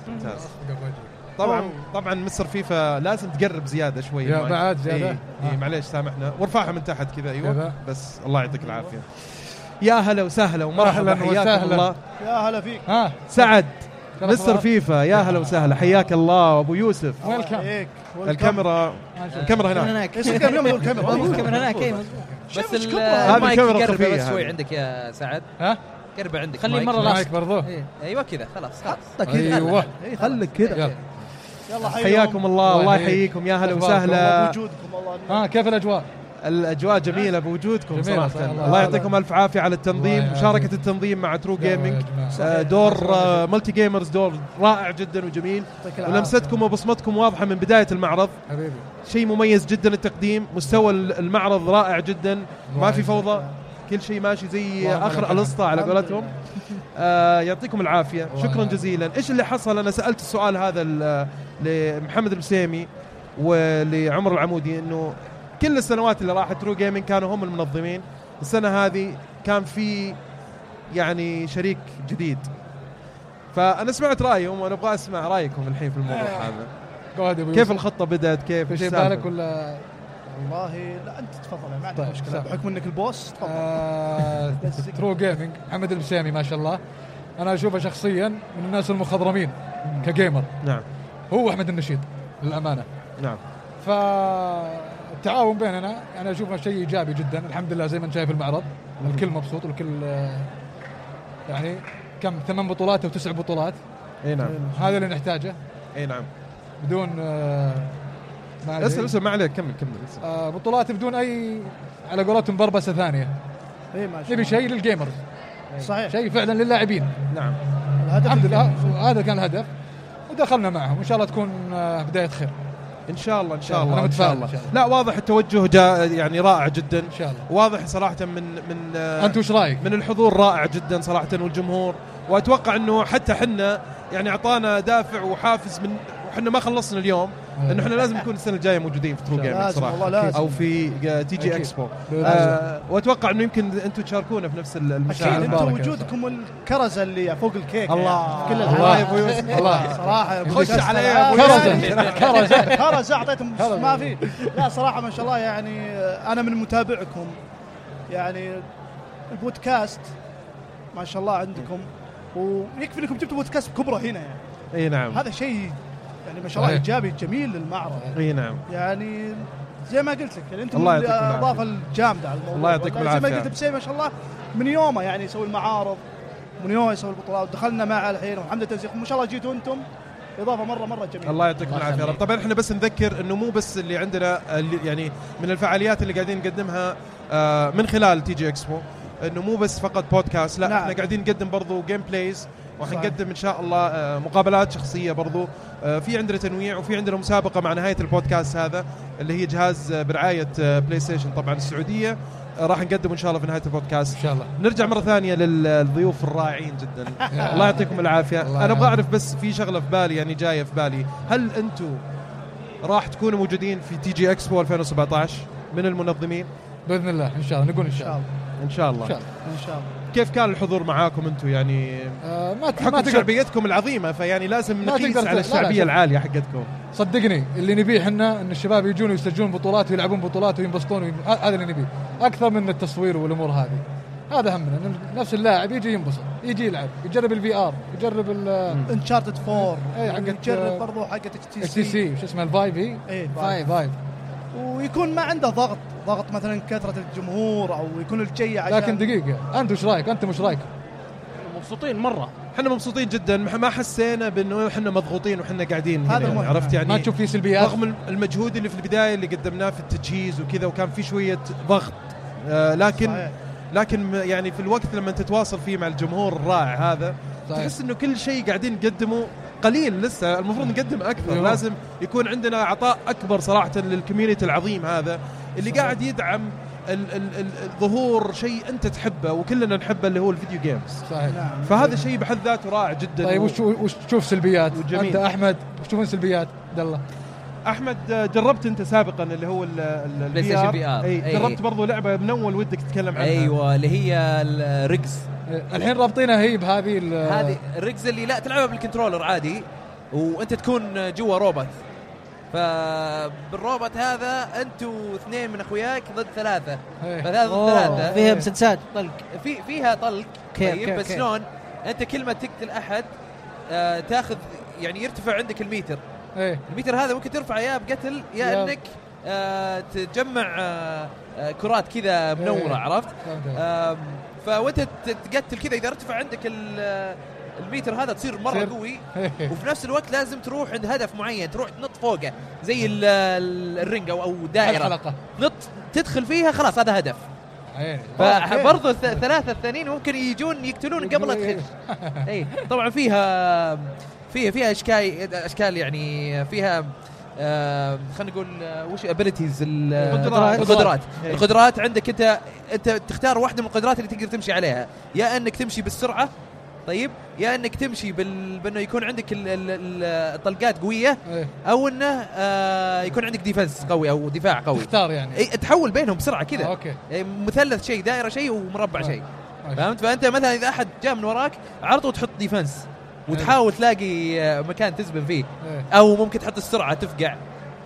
طبعا مستر فيفا لازم تقرب زياده شوي يا بعد زياده. معليش سامحنا، وارفعها من تحت كذا. ايوه بس الله يعطيك العافيه. يا هلا وسهلا ومرحبا، حياكم الله. يا هلا فيك. سعد مستر فيفا، يا هلا وسهلا، حياك الله. ابو يوسف الكاميرا هناك. ايش الكاميرا هناك؟ بس المايك قرب بس شوي عندك يا سعد. قرب عندك، خليه مره لاصق برضو. ايوه كذا خلاص ايوه خليك كذا. يلا حياكم الله يحييكم، يا هلا وسهلا. كيف الأجواء جميلة بوجودكم صراحة. الله يعطيكم ألف عافية على التنظيم، مشاركة التنظيم مع ترو جيمنج. دور ملتي جيمرز دور رائع جدا وجميل، ولمستكم وبصمتكم واضحة من بداية المعرض. شيء مميز جدا التقديم، مستوى المعرض رائع جدا، ما في فوضى، كل شيء ماشي زي آخر الأسطى على قولتهم. يعطيكم العافية، شكرا جزيلا. إيش اللي حصل؟ أنا سألت السؤال هذا لمحمد البسيمي ولعمر العمودي، إنه كل السنوات اللي راحت ترو جيمنج كانوا هم المنظمين، السنة هذه كان في يعني شريك جديد، فأنا سمعت رأيهم وأنا أبغى أسمع رأيكم الحين في الموضوع هذا. كيف الخطة بدأت؟ كيف إيش بالك ولا؟ والله لا أنت تفضل، ما عندي مشكلة بحكم إنك البوس. تفضل. ترو جيمنج محمد البسيمي ما شاء الله، أنا أشوفه شخصيا من الناس المخضرمين كجيمر. نعم. هو أحمد النشيد للأمانة. نعم. فالتعاون بيننا أنا أشوفه شيء إيجابي جدا الحمد لله. زي ما أنت شايف المعرض الكل مبسوط، والكل يعني كم 8 بطولات أو 9 بطولات. اي نعم. هذا اللي نحتاجه. اي نعم. بدون اسأل ما عليك، كمل. بطولات بدون أي على قولتهم بربسة ثانية. نبي شيء للجيمرز. صحيح. شيء فعلا للاعبين. نعم. الحمد لله هذا كان الهدف، ودخلنا معهم إن شاء الله تكون بداية خير. إن شاء الله أنا متفائل. لا واضح التوجه يعني رائع جدا إن شاء الله. واضح صراحة من أنت وش رأيك؟ من الحضور رائع جدا صراحة والجمهور، وأتوقع إنه حتى حنا يعني أعطانا دافع وحافز من وحنا ما خلصنا اليوم، إنه إحنا لازم نكون السنة الجاية موجودين في ترو جيمنج صراحة، أو في تي جي إكسبو. وأتوقع إنه يمكن أنتم تشاركونا في نفس المشاعر. أنتم وجودكم الكرزة اللي فوق الكيك. الله كل الله صراحة خش علي كرزة أعطيتهم ما في. لا صراحة ما شاء الله يعني أنا من متابعكم يعني البودكاست ما شاء الله عندكم، ويكفي انكم جبتوا بودكاست كبرى هنا يعني. اي نعم. هذا شيء يعني ما شاء الله ايجابي جميل للمعرض. اي نعم. يعني زي ما قلت لك يعني انتم الاضافه الجامده على الموضوع. الله يعطيكم العافيه. زي ما قلت بسيم ما شاء الله من يومه يعني يسوي المعارض، من يومه يسوي البطولات، ودخلنا معه الحين والحمد لله تنسيق ما شاء الله جيتوا انتم اضافه مره جميله. الله يعطيكم العافيه. طبعا احنا بس نذكر انه مو بس اللي عندنا اللي يعني من الفعاليات اللي قاعدين نقدمها من خلال تي جي اكسبو، انه مو بس فقط بودكاست، لا احنا قاعدين نقدم برضو جيم بلايز، وحنقدم ان شاء الله مقابلات شخصيه برضو. في عندنا تنويع، وفي عندنا مسابقه مع نهايه البودكاست هذا اللي هي جهاز برعايه بلاي ستيشن طبعا السعوديه، راح نقدم ان شاء الله في نهايه البودكاست ان شاء الله. نرجع مره ثانيه للضيوف الرائعين جدا. الله يعطيكم العافيه. انا ابغى اعرف بس في شغله في بالي يعني جايه في بالي، هل انتم راح تكونوا موجودين في تي جي اكسبو 2017 من المنظمين؟ باذن الله ان شاء الله، نقول ان شاء الله. ان شاء الله. كيف كان الحضور معاكم انتم يعني؟ ما شعبيتكم العظيمه، فيعني لازم نقيس على الشعبيه العاليه حقتكم. صدقني اللي نبيه احنا ان الشباب يجون ويسجلون بطولات ويلعبون بطولات وينبسطون هذا اللي نبيه اكثر من التصوير والامور هذه. هذا همنا، نفس اللاعب يجي ينبسط، يجي يلعب، يجرب الفي ار، يجرب انشارتد 4، يجرب برضو حقه اتش تي سي وش اسمه الفايف، فايف، ويكون ما عنده ضغط مثلا كثرة الجمهور او يكون الجي عشان. لكن دقيقة، انت وش رايك؟ انت مش رايك؟ مبسوطين مرة، احنا مبسوطين جدا، ما حسينا بانه احنا مضغوطين وحنا قاعدين هنا يعني، عرفت يعني ما تشوف فيه سلبيات رغم المجهود اللي في البداية اللي قدمناه في التجهيز وكذا، وكان في شوية ضغط، لكن يعني في الوقت لما تتواصل فيه مع الجمهور الرائع هذا تحس انه كل شيء قاعدين نقدمه قليل، لسه المفروض نقدم اكثر. لازم يكون عندنا عطاء اكبر صراحه للكوميونتي العظيم هذا اللي قاعد يدعم الظهور شيء انت تحبه وكلنا نحبه اللي هو الفيديو جيمز. صحيح. فهذا شيء بحد ذاته رائع جدا. طيب وش تشوف سلبيات وجميل. انت احمد وش تشوفون سلبيات عبد الله؟ احمد جربت انت سابقا اللي هو البلاي ستيشن في ار. جربت برضو لعبه من اول ودك تتكلم عنها. ايوه اللي هي الريجز. الحين رابطينها هي بهذه هذه الريجز اللي لا تلعبها بالكنترولر عادي وانت تكون جوا روبوت. فبالروبوت هذا انتوا 2 من اخوياك ضد 3. فثلاثة ضد 3 فيها مسدسات طلق فيها طلق. طيب بس كيف. شلون انت كل ما تقتل احد تاخذ يعني يرتفع عندك الميتر. الميتر هذا ممكن ترفع يا بقتل يا انك تجمع كرات كذا منوره. عرفت؟ فوانت تقتل كذا اذا ارتفع عندك الميتر هذا تصير مرة قوي. وفي نفس الوقت لازم تروح عند هدف معين تروح تنط فوقه زي الرنج أو دائرة نط تدخل فيها خلاص هذا هدف. فبرضو 3 الثانيين ممكن يجون يقتلون قبل لا تخش. اي طبعا فيها اشكال يعني فيها خلينا نقول وش ابيليتيز القدرات عندك. انت تختار واحدة من القدرات اللي تقدر تمشي عليها يا انك تمشي بالسرعة طيب يا انك تمشي بانه يكون عندك الطلقات قويه او انه يكون عندك ديفنس قوي او دفاع قوي. تختار يعني تحول بينهم بسرعه كذا. اوكي مثلث شيء دائره شيء ومربع شيء. فهمت؟ فانت مثلا اذا احد جاء من وراك عرضه تحط ديفنس وتحاول تلاقي مكان تزبن فيه او ممكن تحط السرعه تفقع.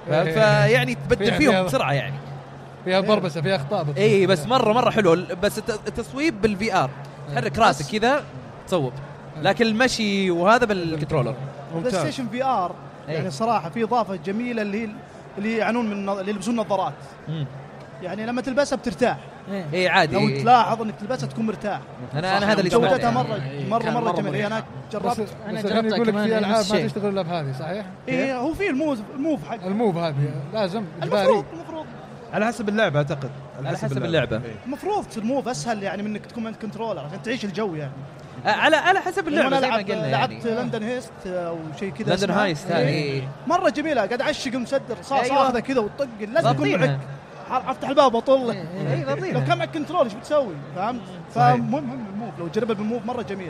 فيعني تبدل فيهم بسرعه يعني فيها بربسه فيها اخطاء. اي بس مره حلو. بس التصويب بالفي ار تحرك راسك كذا تصوب لكن المشي وهذا بالكنترولر. بلاي ستيشن في ار يعني صراحه في اضافه جميله اللي يعنون من اللي يلبسون نظارات. يعني لما تلبسها بترتاح. اي عادي لو تلاحظ انك تلبسها تكون مرتاح. انا هذا اللي جودتها مره جميله. انا جربت. انا يقول لك في العاب ما تشتغل الا بهذه صحيح. ايه هو في الموف حق الموف هذه لازم المفروض على حسب اللعبه اعتقد. على حسب اللعبه المفروض الموف اسهل يعني منك تكون انت كنترولر عشان تعيش الجو يعني. على حسب اللعبه زي ما قلنا. لعبت لندن هيست او شيء كذا. لندن هايست هذه مره جميله. قاعد اعشق مسدر رصاص هذا كذا وطق لازم تكون معك. افتح الباب واطل. لو كان معك كنترول ايش بتسوي؟ فهمت؟ فمهم الموف لو جربها بالموف مره جميله.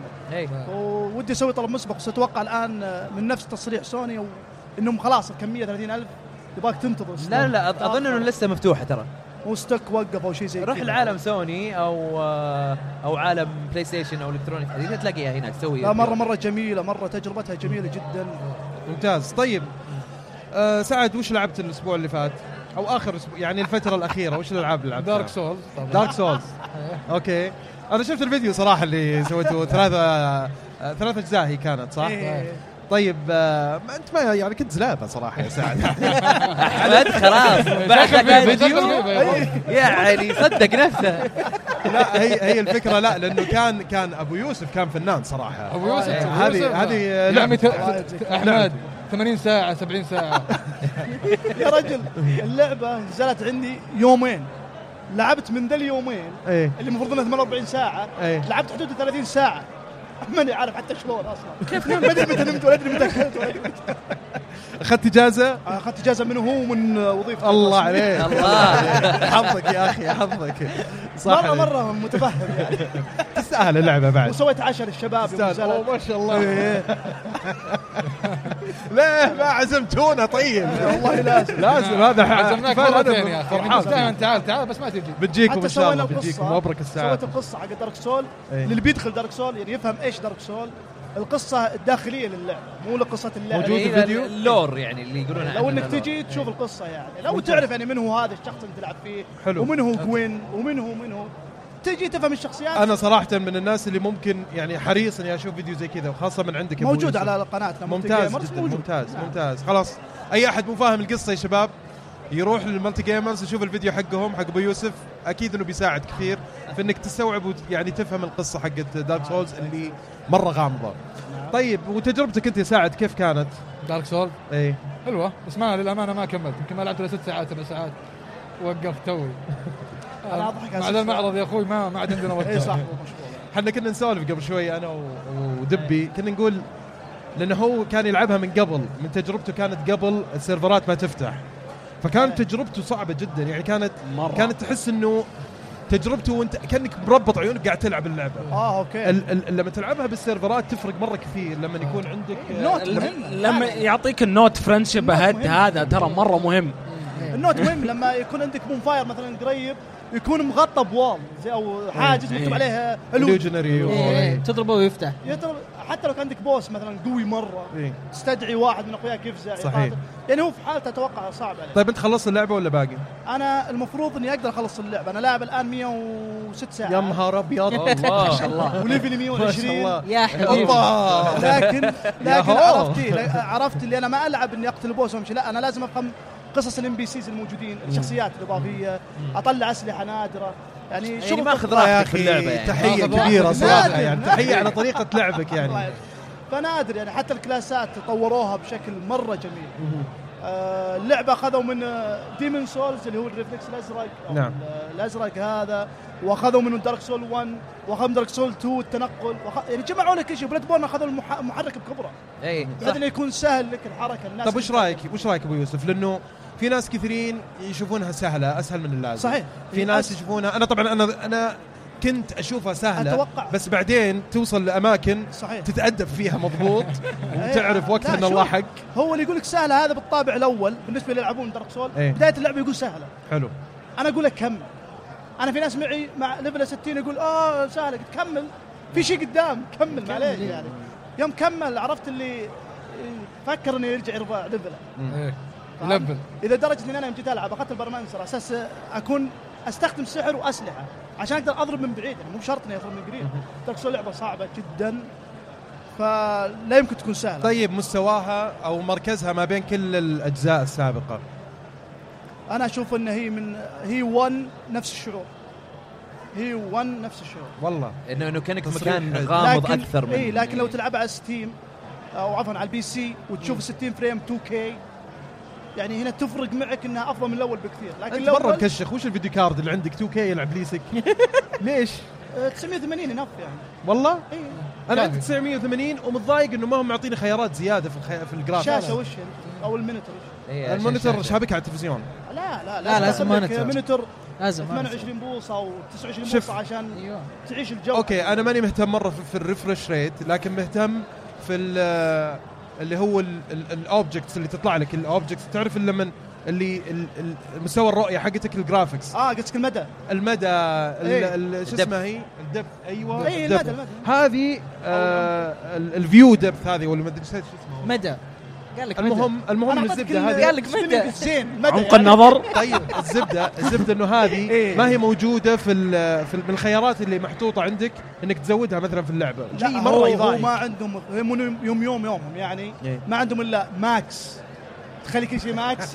ودي اسوي طلب مسبق ستوقع الان من نفس تصريح سوني انهم خلاص الكميه 30,000 يبغاك تنتظر. لا اظن انه لسه مفتوحه ترى. وستك وقف او شيء زي روح العالم سوني او عالم بلاي ستيشن او الكترونيك حديثه تلاقيها هناك تسوي. لا مره جميله مره تجربتها جميله جدا. ممتاز. طيب سعد وش لعبت الاسبوع اللي فات او اخر اسبوع يعني الفتره الاخيره وش الالعاب اللي لعبتها؟ دارك سولز. اوكي انا شفت الفيديو صراحه اللي سويته 3 اجزاء هي كانت صح؟ طيب انت ما يعني كنت زلابه صراحه يا سعد. احمد خلاص بعد الفيديو يعني صدق نفسه. لا هي الفكره لا لانه كان ابو يوسف كان فنان صراحه. ابو يوسف هذه لعبه احمد 80 ساعه 70 ساعه. يا رجل اللعبه نزلت عندي يومين لعبت من ذا اليومين اللي المفروض انها 48 ساعه لعبت حدود 30 ساعه. ماني عارف حتى شلون اصلا كيف ما ادري متى نمت ولا ادري متى اكلت. اخذت اجازه؟ اخذت اجازه منه هو من وظيفته. الله عليك الله حظك يا اخي حظك صح. مره متفهم يعني تستاهل اللعبه بعد. وسويت عشاء للشباب ما شاء الله. لا ما عزمتونا. طيب والله لازم هذا عزمناك مرتين يا اخي. تعال بس ما تجي بتجيكم ان شاء الله بتجيكم مبروك الساعه. سويت القصه حق دارك سول اللي بيدخل دارك سول يعني يفهم ايش دارك سول. القصه الداخليه للعبه مو لقصه اللعبه. موجود الفيديو اللور يعني اللي يقولون لو انك تجي تشوف القصه يعني لو تعرف يعني من هو هذا الشخص اللي تلعب فيه ومن هو جوين ومن هو تجي تفهم الشخصيات. انا صراحه من الناس اللي ممكن يعني حريص اني اشوف فيديو زي كذا وخاصه من عندك موجود على قناتنا. ممتاز. خلاص اي احد مو فاهم القصه يا شباب يروح للمالتي جيمرز يشوف الفيديو حقهم حق ابو يوسف. اكيد انه بيساعد كثير في انك تستوعب يعني تفهم القصه حقت دارك سولز اللي مره غامضه. طيب وتجربتك انت يا ساعد كيف كانت؟ دارك سول حلوه بس ما للامانه ما كملت يمكن ما لعبت 6 ساعات 7 ساعات وقفت توي. انا اضحك على المعرض يا اخوي ما عاد عندنا وقت. صح احنا كنا نسولف قبل شوي انا ودبي كنا نقول لانه هو كان يلعبها من قبل من تجربته كانت قبل السيرفرات ما تفتح فكانت تجربته صعبة جدا يعني كانت تحس انه تجربته وانت كأنك مربط عيونك قاعد تلعب اللعبة. اوكي. لما تلعبها بالسيرفرات تفرق مرة كثير لما يكون عندك لما يعطيك النوت فريندشيب هذا ترى مرة مهم. النوت مهم لما يكون عندك بون فاير مثلا قريب يكون مغطى بوال زي او حاجز مكتوب عليها لوجنري تضربه ويفتح. حتى لو كان عندك بوس مثلا قوي مره تستدعي واحد من اخوياك يفزع صحيح. يعني هو في حالته اتوقع صعب عليه. طيب انت خلصت اللعبه ولا باقي؟ انا المفروض اني اقدر اخلص اللعبه. انا لاعب الان 106 ساعه. يا نهار ابيض ما شاء الله. وليفل 120 يا حبيبي. لكن عرفت اللي انا ما العب اني اقتل البوس وامشي، لا انا لازم افهم قصص الام بي سيز الموجودين، الشخصيات الاضافيه، اطلع اسلحه نادره يعني شو ماخذ راحتك في اللعبه يعني. تحيه كبيره صراحه يعني تحيه على طريقه لعبك يعني. فنادر يعني حتى الكلاسات طوروها بشكل مره جميل. اللعبه اخذوا من ديمون سولز اللي هو الريفلكس الازرق نعم. الازرق هذا، واخذوا منه دارك سول 1 واخذوا دارك سول 2 التنقل يعني جمعوا لك شيء. بلاد بورن اخذوا المحرك بكبره بحيث انه يكون سهل لك الحركه. الناس طب وش رايك ابو يوسف؟ لانه في ناس كثيرين يشوفونها سهله اسهل من اللازم. صحيح. في ناس يشوفونها انا كنت اشوفها سهله أتوقع. بس بعدين توصل لاماكن صحيح. تتادب فيها مضبوط وتعرف وقت ان الله حق. هو اللي يقول لك سهله هذا بالطابع الاول بالنسبه اللي يلعبون دارك سول. بدايه اللعبه يقول سهله حلو، انا اقول لك كمل. انا في ناس معي مع ليفل 60 يقول سهله، كمل في شيء قدام كمل معليش يعني. يوم كمل عرفت اللي فكر انه يرجع يرفع ليفل. اذا درجه ان انا جيت العب اخذت البرمانسر اساس اكون استخدم سحر واسلحه عشان اقدر اضرب من بعيد يعني مو شرط اني اضرب من قريب. دارك سول لعبه صعبه جدا فلا يمكن تكون سهله. طيب مستواها او مركزها ما بين كل الاجزاء السابقه؟ انا اشوف ان هي 1 نفس الشعور. هي 1 نفس الشعور والله انه كانك مكان غامض اكثر من لكن لو تلعبها على ستيم او عفوا على البي سي وتشوف 60 فريم 2K يعني هنا تفرق معك انها افضل من الاول بكثير. لكن لو مره مكشخ وش الفيديو كارد اللي عندك 2K يلعب ليسك ليش 980 ينف يعني والله. انا عندي 980 ومتضايق انه ما هم معطيني خيارات زياده في الجرافيك. شاشه وش او المونيتور المونيتور شابك على التلفزيون. لا لازم مونيتور لازم 28 بوصه او 29 بوصه عشان تعيش الجو. اوكي انا ماني مهتم مره في الريفرش ريت لكن مهتم في اللي هو الاوبجكتس اللي تطلع لك. الاوبجكتس تعرف لما اللي مستوى الرؤيه حقتك الجرافيكس قصدك المدى شو اسمها هي الدبث. ايوه المدى هذه الفيو دبث هذه ولا ما ادري ايش اسمه مدى. قال لك المهم الزبده هذه قال لك مدى زين عمق النظر. طيب الزبده انه هذه ما هي موجوده في من الخيارات اللي محطوطه عندك انك تزودها مثلا في اللعبه. شيء مره يضايق. ما عندهم يومهم يعني ما عندهم الا ماكس تخلي كل شيء ماكس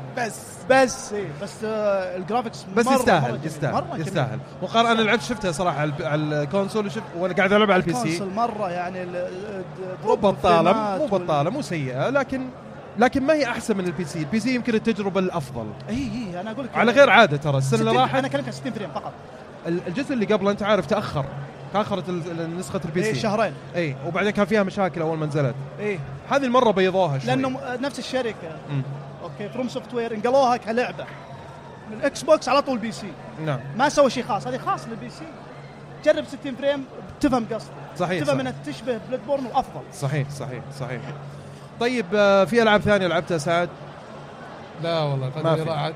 بس الجرافيكس بس يستاهل مقارنه. انا لعبت شفتها صراحه على الكونسول وانا قاعد العب على البي سي. الكونسول مره يعني مو بطاله مو سيئه لكن ما هي احسن من البي سي. البي سي يمكن التجربه الافضل. انا اقول لك على غير عاده ترى السنه اللي راحت انا كلمت 60 فريم فقط. الجزء اللي قبله انت عارف تاخرت نسخه البي سي شهرين. وبعدين كان فيها مشاكل اول ما نزلت. هذه المره بيضوها شوي لانه نفس الشركه اوكي فروم سوفت وير انقلوها كلعبه من اكس بوكس على طول بي سي. نعم ما سوى شيء خاص. هذه خاص للبي سي. جرب 60 فريم تفهم قصدي. صحيح تفهم انها تشبه بلاد بورن وافضل. صحيح طيب في العاب ثانيه لعبتها سعد؟ لا والله الفتره راحت.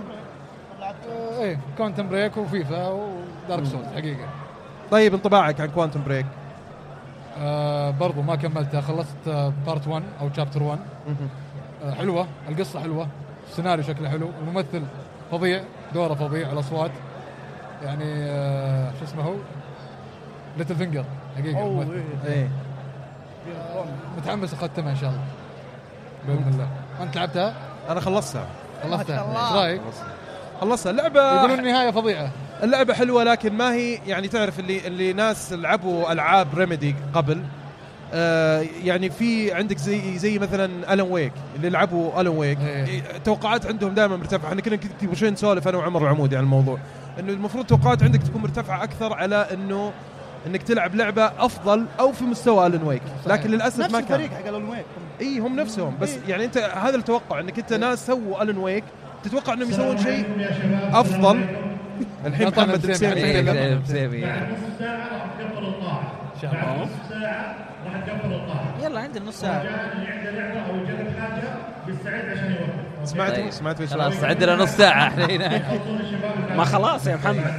كوانتم بريك وفيفا ودارك سولز حقيقه. طيب انطباعك عن كوانتم بريك؟ برضو ما كملتها. خلصت بارت 1 او شابتر 1. حلوه القصه حلوه السيناريو شكله حلو الممثل فظيع دوره فظيع الاصوات يعني شو اسمه هو ليتل فينجر حقيقه. متحمس اختمها ان شاء الله باذن الله. انت لعبتها؟ انا خلصتها. ايش رايك؟ خلصتها. اللعبه يقولون النهايه فظيعه. اللعبه حلوه لكن ما هي يعني تعرف اللي ناس لعبوا العاب ريميدي قبل يعني في عندك زي مثلا ألان ويك اللي لعبوا ألان ويك توقعات عندهم دائما مرتفعه. احنا كنا نكتب شوي نسولف انا وعمر العمودي عن الموضوع انه المفروض توقعات عندك تكون مرتفعه اكثر على انك تلعب لعبه افضل او في مستوى ألان ويك. لكن للاسف ما كان نفس الفريق حق ألان ويك. هم نفسهم بس يعني انت هذا التوقع انك انت ناس سووا ألان ويك تتوقع انهم يسوون شيء افضل؟ الحين محمد السيمي يلا عندنا نص ساعة. سمعتوا خلاص عندنا نص ساعة احنا هنا. ما خلاص يا محمد.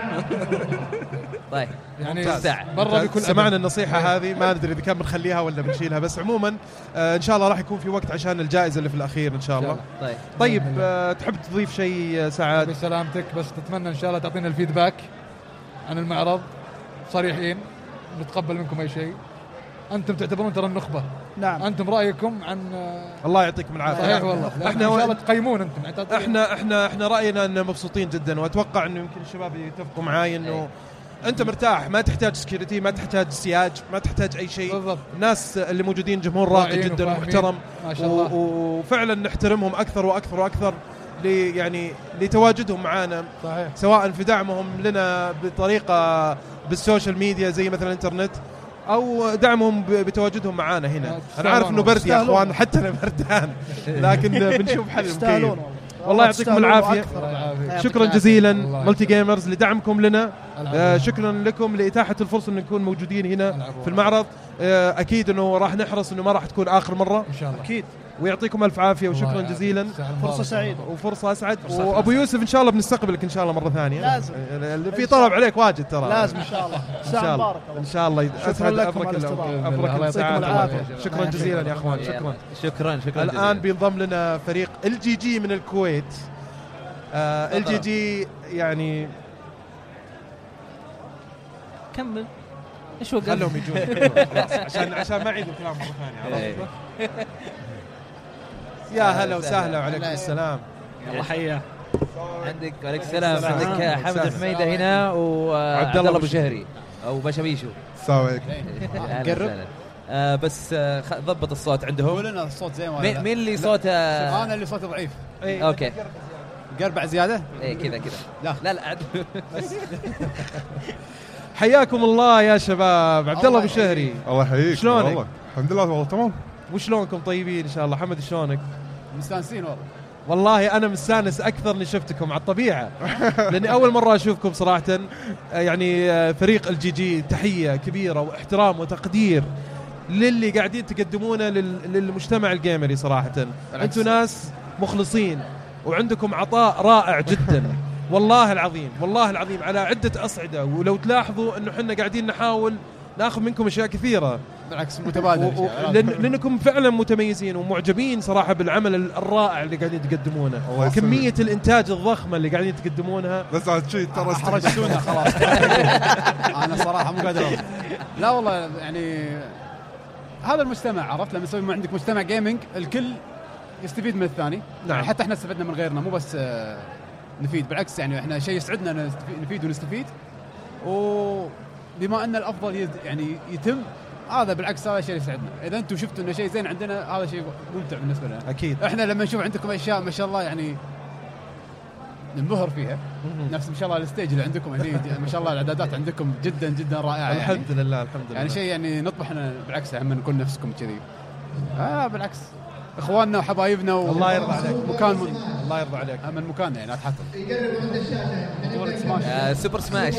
طيب يعني ساعة برا بكل سمعنا النصيحة هذه، ما ندري إذا كان بنخليها ولا بنشيلها، بس عموما إن شاء الله راح يكون في وقت عشان الجائزة اللي في الأخير إن شاء الله. طيب تحب تضيف شيء سعاد؟ بسلامتك، بس نتمنى إن شاء الله تعطينا الفيدباك عن المعرض صريحين، نتقبل منكم أي شيء. أنتم تعتبرون ترى النخبة. نعم. أنتم رأيكم عن الله يعطيكم العافية. صحيح والله. احنا إن شاء الله تقيمون أنتم. احنا رأينا أن مبسوطين جدا، وأتوقع إنه يمكن الشباب يتفقوا معاي إنه أنت مرتاح، ما تحتاج سكيورتي، ما تحتاج سياج، ما تحتاج أي شيء بالضبط. الناس اللي موجودين جمهور راقي جدا ومحترم، ما شاء الله. وفعلا نحترمهم أكثر وأكثر وأكثر يعني لتواجدهم معنا، صحيح. سواء في دعمهم لنا بطريقة بالسوشيال ميديا زي مثلا الانترنت، أو دعمهم بتواجدهم معانا هنا. أنا عارف إنه برد يا أخوان، حتى أنا بردان، لكن بنشوف حل ممكن. والله يعطيكم العافية. شكرا جزيلا ملتي جيمرز لدعمكم لنا. شكرا لكم لإتاحة الفرصة أن نكون موجودين هنا في المعرض. أكيد أنه راح نحرص أنه ما راح تكون آخر مرة إن شاء الله. أكيد. ويعطيكم ألف عافية وشكرا جزيلا. فرصة سعيدة وفرصة أسعد. وأبو يوسف إن شاء الله بنستقبلك إن شاء الله مرة ثانية. لازم. في طلب عليك واجد ترى. لازم إن شاء الله. إن شاء الله. إن شاء الله. أسعد أبرك السعادة. شكرا جزيلا يا أخوان. شكرا. الآن بينضم لنا فريق LGG من الكويت. LGG يعني كمل. ايش هو قال؟ خلهم يجون عشان ما اعيد الكلام مره ثانيه. يا هلا وسهلا وعليكم السلام. يلا حيا. عندك وعليكم السلام. عندك حمد الحميدة هنا وعبد الله ابو شهري او باشابيشو. السلام عليكم. قرب. بس ضبط الصوت عندهم. قول لنا الصوت زين ولا مين اللي صوته؟ انا اللي صوتي ضعيف. اوكي. قربع زياده. كذا لا حياكم الله يا شباب. عبد الله ابو شهري الله يحييك. شلونك؟ والله الحمد لله والله تمام. وشلونكم؟ طيبين ان شاء الله. حمد شلونك؟ مستانسين والله انا مستانس اكثر اني شفتكم على الطبيعه لاني اول مره اشوفكم صراحه. يعني فريق LGG تحيه كبيره واحترام وتقدير للي قاعدين تقدمونه للمجتمع الجيمري صراحه. انتم ناس مخلصين وعندكم عطاء رائع جدا. والله العظيم على عدة أصعدة. ولو تلاحظوا أنه حنا قاعدين نحاول ناخذ منكم أشياء كثيرة، بالعكس متبادل. لأنكم فعلا متميزين ومعجبين صراحة بالعمل الرائع اللي قاعدين تقدمونه. كمية الإنتاج الضخمة اللي قاعدين تقدمونها. بس على شيء ترى حرجتونا خلاص. أنا صراحة مو قادر. لا والله يعني هذا المجتمع، عرفت لما يسوي عندك مجتمع جيمنج الكل يستفيد من الثاني. نعم. حتى احنا استفدنا من غيرنا، مو بس نفيد، بالعكس يعني احنا شيء يسعدنا نفيد ونستفيد. وبما ان الافضل يعني يتم هذا، بالعكس هذا الشيء يسعدنا. اذا انتم شفتوا انه شيء زين عندنا هذا شيء ممتع بالنسبه لنا. اكيد احنا لما نشوف عندكم اشياء ما شاء الله يعني ننبهر فيها. نفس ما شاء الله الستيج اللي عندكم هني ما شاء الله الاعدادات عندكم جدا جدا رائعه. الحمد لله يعني شيء يعني نطمح احنا بالعكس هم نكون نفسكم كذي. بالعكس اخواننا وحبايبنا الله يرضى عليك. مكان الله يرضى عليك. من مكاننا يعني لا تحطم. سوبر سماش.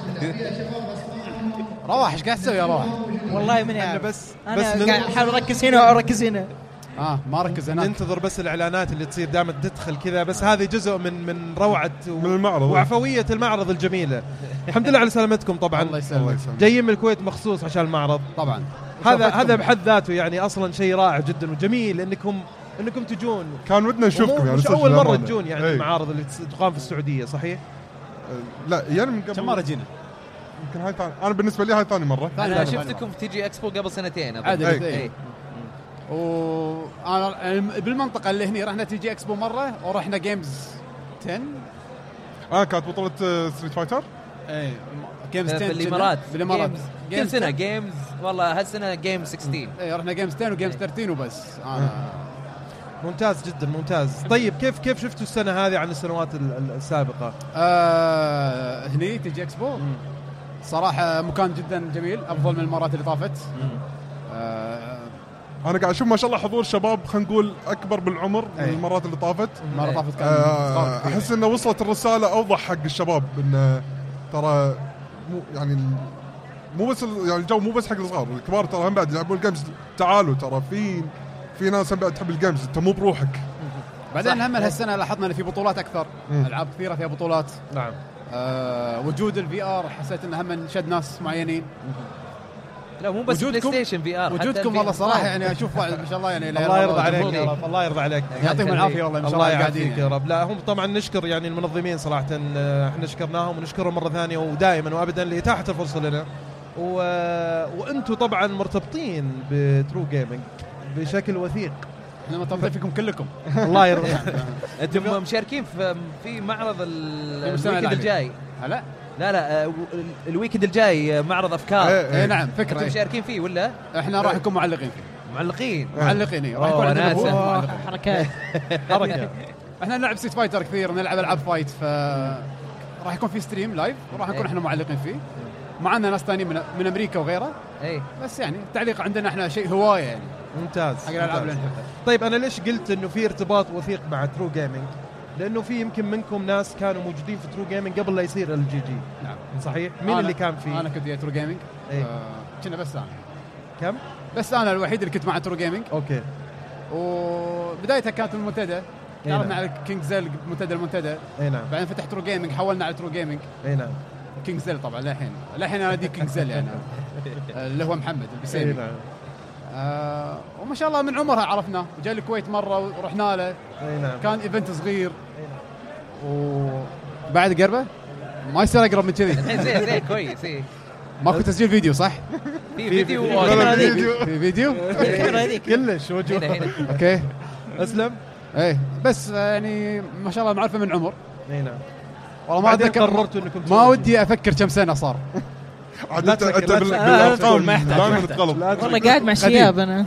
رواح ايش قاعد تسوي يا رواح؟ والله من يعني بس قاعد احاول اركز هنا واركز هنا. ما ركز هناك. ننتظر بس الاعلانات اللي تصير دائما تدخل كذا. بس هذه جزء من روعه من المعرض وعفويه المعرض الجميله. الحمد لله على سلامتكم. طبعا الله يسلمك. جايين من الكويت مخصوص عشان المعرض. طبعا هذا بحد ذاته يعني اصلا شيء رائع جدا وجميل انكم تجون. كان ودنا نشوفكم يعني. مش اول مره تجون يعني المعارض اللي تقام في السعوديه صحيح؟ لا يعني من قبل كم مره جينا؟ يمكن هاي ثاني. انا بالنسبه لي هاي ثاني مره. انا شفتكم في تي جي اكسبو قبل سنتين عادي. وانا بالمنطقه اللي هني رحنا تي جي اكسبو مره ورحنا جيمز 10. كانت بطوله ستريت فايتر. جيمز 10 في الامارات. كل سنه جيمز. والله هالسنه جيمز 16. رحنا جيمز 10 وجيمز 13 وبس. ممتاز جدا ممتاز. طيب كيف شفتوا السنه هذه عن السنوات السابقه؟ هني تي جي اكسبو صراحه مكان جدا جميل، افضل من المرات اللي طافت. انا قاعد اشوف ما شاء الله حضور شباب خلينا نقول اكبر بالعمر من المرات اللي طافت. المره طافت كان احس انه وصلت الرساله اوضح حق الشباب انه ترى مو بس يعني الجو مو بس حق الصغار، الكبار ترى هم بعد يلعبون الجيمز. تعالوا ترى في ناس هم بعد تحب الجيمز، انت مو بروحك. بعدين هم هالسنه لاحظنا ان في بطولات اكثر، العاب كثيره فيها بطولات. نعم. وجود الفي ار حسيت انه هم شد ناس معينين. لا مو بس بلاي ستيشن في ار، وجودكم والله صراحه يعني اشوف ما شاء الله يعني الله يرضى عليك يا رب، الله يرضى عليك، يعطيهم العافيه والله. الله يعافيك يا رب. لا هم طبعا نشكر يعني المنظمين صراحه، احنا شكرناهم ونشكرهم مره ثانيه ودائما وابدا لاتاحه الفرصه لنا. وانتم طبعا مرتبطين بترو جيمنج بشكل وثيق. احنا مرتبطين فيكم كلكم. الله يرضى. انتم مشاركين في معرض الويكند الجاي؟ لا الويكند الجاي معرض افكار. اي نعم فكره. انتم مشاركين فيه ولا؟ احنا راح نكون معلقين فيه. معلقين راح يكون عندنا حركات. احنا نلعب ستريت فايتر كثير، نلعب العاب فايت، ف راح يكون في ستريم لايف وراح نكون احنا معلقين فيه. معنا ناس ثانيين من امريكا وغيره. بس يعني التعليق عندنا احنا شيء هوايه يعني. ممتاز. حق الالعاب اللي نحبها. طيب انا ليش قلت انه في ارتباط وثيق مع ترو جيمنج؟ لانه في يمكن منكم ناس كانوا موجودين في ترو جيمنج قبل لا يصير الجي جي. نعم صحيح. مين اللي كان فيه؟ انا كنت ترو جيمنج. كنا بس انا. كم؟ بس انا الوحيد اللي كنت مع ترو جيمنج. اوكي. وبدايتها كانت المنتدى، تعرفنا على كينج زيل المنتدى. اي نعم. بعدين فتحت ترو جيمنج، حولنا على ترو جيمنج. اي نعم. كينج زيل طبعا للحين انا دي كينج زيل يعني اللي هو محمد البسيمي. اي نعم. وما شاء الله من عمرها عرفنا، وجاء الكويت مره ورحنا له. اي نعم. كان ايفنت صغير. وبعد قربه ما يصير اقرب من كذي. زين كويس. ماكو تسجيل فيديو صح؟ في فيديو. في فيديو كلش وجوه. اوكي اسلم. ايه بس يعني ما شاء الله معرفه من عمر. اي نعم. والله ما اتذكر، قررت انكم ما ودي افكر كم سنه صار. عادة انت بالارقام ما يحتاج دائما تغلط. والله قاعد مع الشياب انا.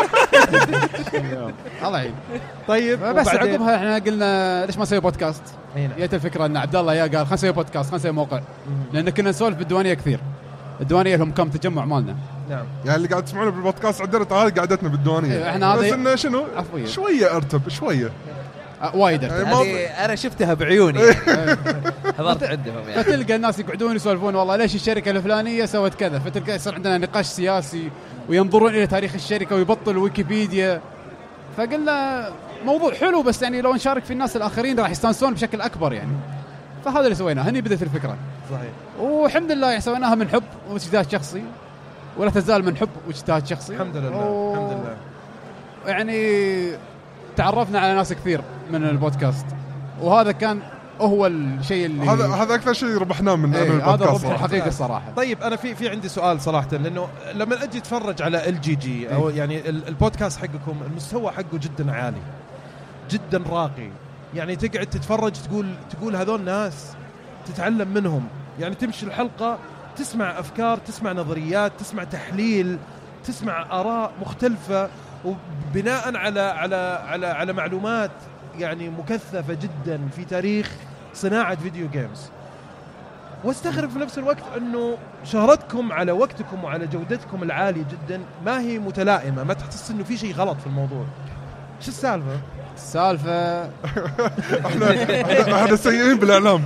الله يعين. طيب بس عقبها احنا قلنا ليش ما نسوي بودكاست؟ جت الفكره ان عبد الله قال خلينا نسوي بودكاست، خلينا نسوي موقع. لان كنا نسولف بالديوانيه كثير. الديوانيه لهم كم تجمع مالنا. نعم. يعني اللي قاعد تسمعونه بالبودكاست عندنا هذه قعدتنا بالديوانيه. احنا بس انه شنو؟ عفوية. شويه ارتب شويه. وايد انا شفتها بعيوني. حضرت عندهم يعني. فتلقى الناس يقعدون يسولفون والله ليش الشركه الفلانيه سوت كذا، فتلقى يصير عندنا نقاش سياسي وينظرون الى تاريخ الشركه ويبطل ويكيبيديا. فقلنا موضوع حلو، بس يعني لو نشارك في الناس الاخرين راح يستانسون بشكل اكبر يعني. فهذا اللي سويناه، هني بدت الفكره. صحيح. والحمد لله يعني سويناها من حب واجتهاد شخصي، ولا تزال من حب واجتهاد شخصي. الحمد لله. الحمد لله. يعني تعرفنا على ناس كثير من البودكاست، وهذا كان هو الشيء اللي هذا اكثر شيء ربحناه من البودكاست. هذا ربح الحقيقي الصراحه. طيب انا في عندي سؤال صراحه، لانه لما اجي اتفرج على ال جي جي او يعني البودكاست حقكم، المستوى حقه جدا عالي جدا راقي. يعني تقعد تتفرج تقول هذول ناس تتعلم منهم. يعني تمشي الحلقه تسمع افكار، تسمع نظريات، تسمع تحليل، تسمع اراء مختلفه، وبناء على معلومات يعني مكثفة جدا في تاريخ صناعة فيديو جيمز. واستغرب في نفس الوقت انه شهرتكم على وقتكم وعلى جودتكم العالية جدا ما هي متلائمة، ما تحس انه في شيء غلط في الموضوع. شو السالفة؟ احنا سيئين بالاعلام.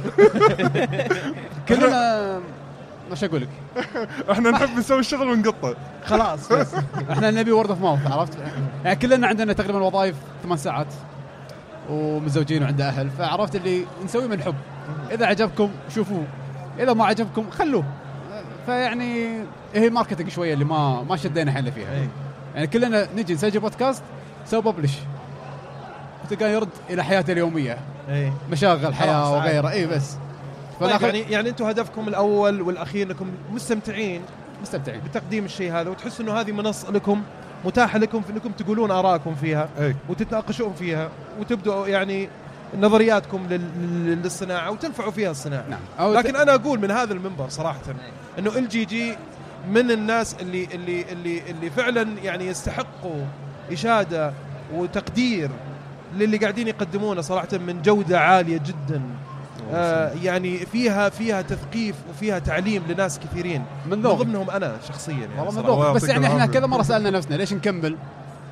كلنا مش اقول لك احنا نحب نسوي الشغل ونقطه خلاص. بس احنا نبي وورد اوف ماوث، عرفت يعني. كلنا عندنا تقريبا وظائف 8 ساعات ومتزوجين وعنده اهل، فعرفت اللي نسوي من حب. اذا عجبكم شوفوه، اذا ما عجبكم خلوه. فيعني هي ماركتنج شويه اللي ما شدينا حيلنا فيها. يعني كلنا نجي نسجل بودكاست، سوي ببلش، تلقى يرد الى حياته اليوميه، مشاغل حياه وغيره. بس طيب يعني انتم هدفكم الاول والاخير انكم مستمتعين بتقديم الشيء هذا، وتحسوا انه هذه منصه لكم متاحه لكم في انكم تقولون ارائكم فيها وتتناقشون فيها وتبدأوا يعني نظرياتكم للصناعه وتنفعوا فيها الصناعه. نعم. لكن انا اقول من هذا المنبر صراحه انه ال جي جي من الناس اللي فعلا يعني يستحقوا اشاده وتقدير للي قاعدين يقدمونه صراحه من جوده عاليه جدا. يعني فيها تثقيف وفيها تعليم لناس كثيرين من ضمنهم انا شخصيا يعني والله. بس يعني احنا كذا مره سالنا نفسنا ليش نكمل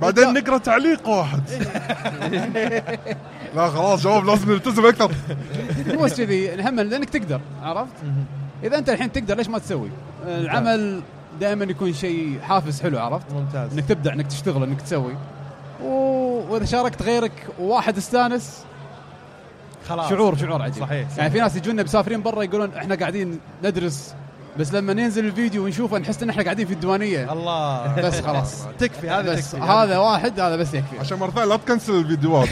بعدين نقرا تعليق واحد. لا خلاص جواب لازم نلتزم اكثر. مو بس كذي هم لانك تقدر عرفت. اذا انت الحين تقدر ليش ما تسوي العمل؟ دائما يكون شيء حافز حلو عرفت. ممتاز انك تبدع انك تشتغل انك تسوي واذا شاركت غيرك وواحد استانس خلاص شعور عجيب. صحيح. يعني في ناس يجونا مسافرين برا يقولون احنا قاعدين ندرس بس لما ننزل الفيديو ونشوفه نحس ان احنا قاعدين في الديوانيه. الله بس خلاص تكفي هذا بس تكفي. هذا واحد هذا بس يكفي عشان مرة ثانية لا تكنسل الفيديوهات.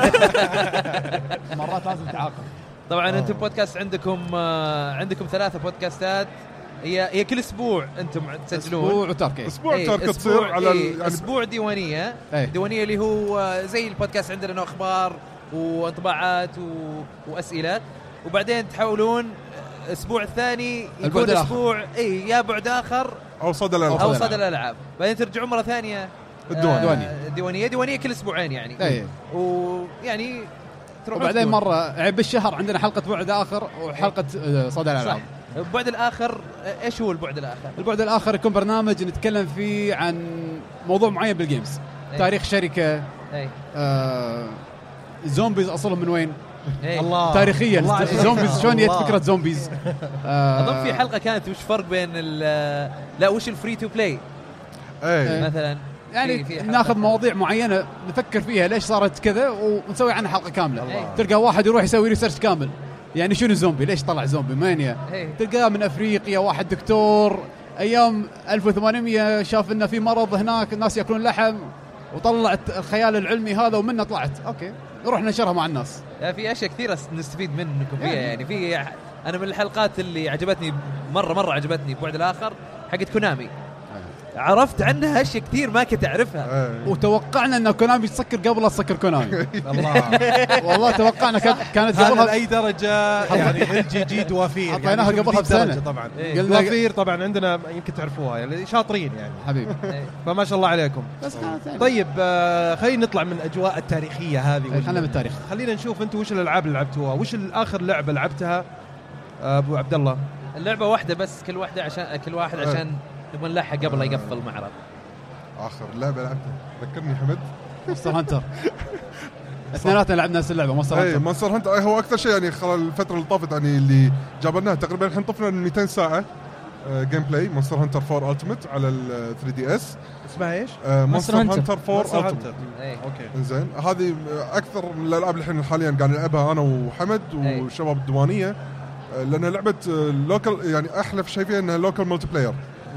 مرات لازم تعاقب. طبعا انتم بودكاست عندكم 3 بودكاستات هي كل اسبوع انتم تسجلون. اسبوع وتركه اسبوع تركه تصير على يعني اسبوع ديوانيه. ديوانيه اللي هو زي البودكاست عندنا انه اخبار وانطباعات واسئله، وبعدين تحولون الاسبوع الثاني يكون اسبوع يا بعد اخر او صدى الالعاب، بعدين ترجعون مره ثانيه ديوانيه كل اسبوعين يعني. ويعني وبعدين مره بالشهر عندنا حلقه بعد اخر وحلقه صدى الالعاب. البعد الآخر إيش هو البعد الآخر؟ البعد الآخر يكون برنامج نتكلم فيه عن موضوع معين بالجيمز. تاريخ شركة، زومبيز أصلهم من وين؟ الله تاريخيا زومبيز شلون جت فكرة زومبيز. أظن في حلقة كانت وش فرق بين لا وش الفري تو بلاي مثلا. يعني ناخذ مواضيع معينة نفكر فيها ليش صارت كذا ونسوي عنها حلقة كاملة. تلقى واحد يروح يسوي ريسيرش كامل يعني شنو زومبي، ليش طلع زومبي مانيا. تلقاه من أفريقيا واحد دكتور أيام 1800 شاف إنه في مرض هناك الناس يأكلون لحم وطلعت الخيال العلمي هذا ومنه طلعت أوكي نروح ننشرها مع الناس. في أشياء كثيرة نستفيد منكم فيها يعني. في أنا من الحلقات اللي عجبتني مرة عجبتني ببعد الآخر حقت كونامي. عرفت عنها اشياء كثير ما كنت اعرفها وتوقعنا ان كونامي تسكر قبل لا تسكر كونامي. الله والله توقعنا كانت قبلها لاي درجه يعني الجي دوافير حطيناها يعني قبلها بسنه طبعا. دوافير طبعا عندنا يمكن تعرفوها يعني شاطرين يعني حبيبي. فما شاء الله عليكم. طيب خلينا نطلع من الاجواء التاريخيه هذه. خلينا بالتاريخ. خلينا نشوف انتم وش الالعاب اللي لعبتوها. وش اخر لعبه لعبتها ابو عبد الله؟ اللعبه واحده بس كل واحد عشان نبغى نلحق قبل لا يقفل المعرض. اخر لعبه لعبتها ذكرني حمد مونستر هانتر. اثنيناتنا لعبنا نفس اللعبه مونستر هانتر. مونستر هانتر هو اكثر شيء يعني خلال الفتره اللي طافت يعني اللي جابناها تقريبا الحين طفنا 200 ساعه جيم بلاي مونستر هانتر 4 التيمت على ال 3 دي اس. اسمها ايش؟ مونستر هانتر 4 التيمت. اوكي زين هذه اكثر من الالعاب اللي الحين حاليا قاعد نلعبها انا وحمد والشباب الديوانيه لانها لعبه لوكال يعني احلى شيء فيها انها لوكال ملتي بلاير.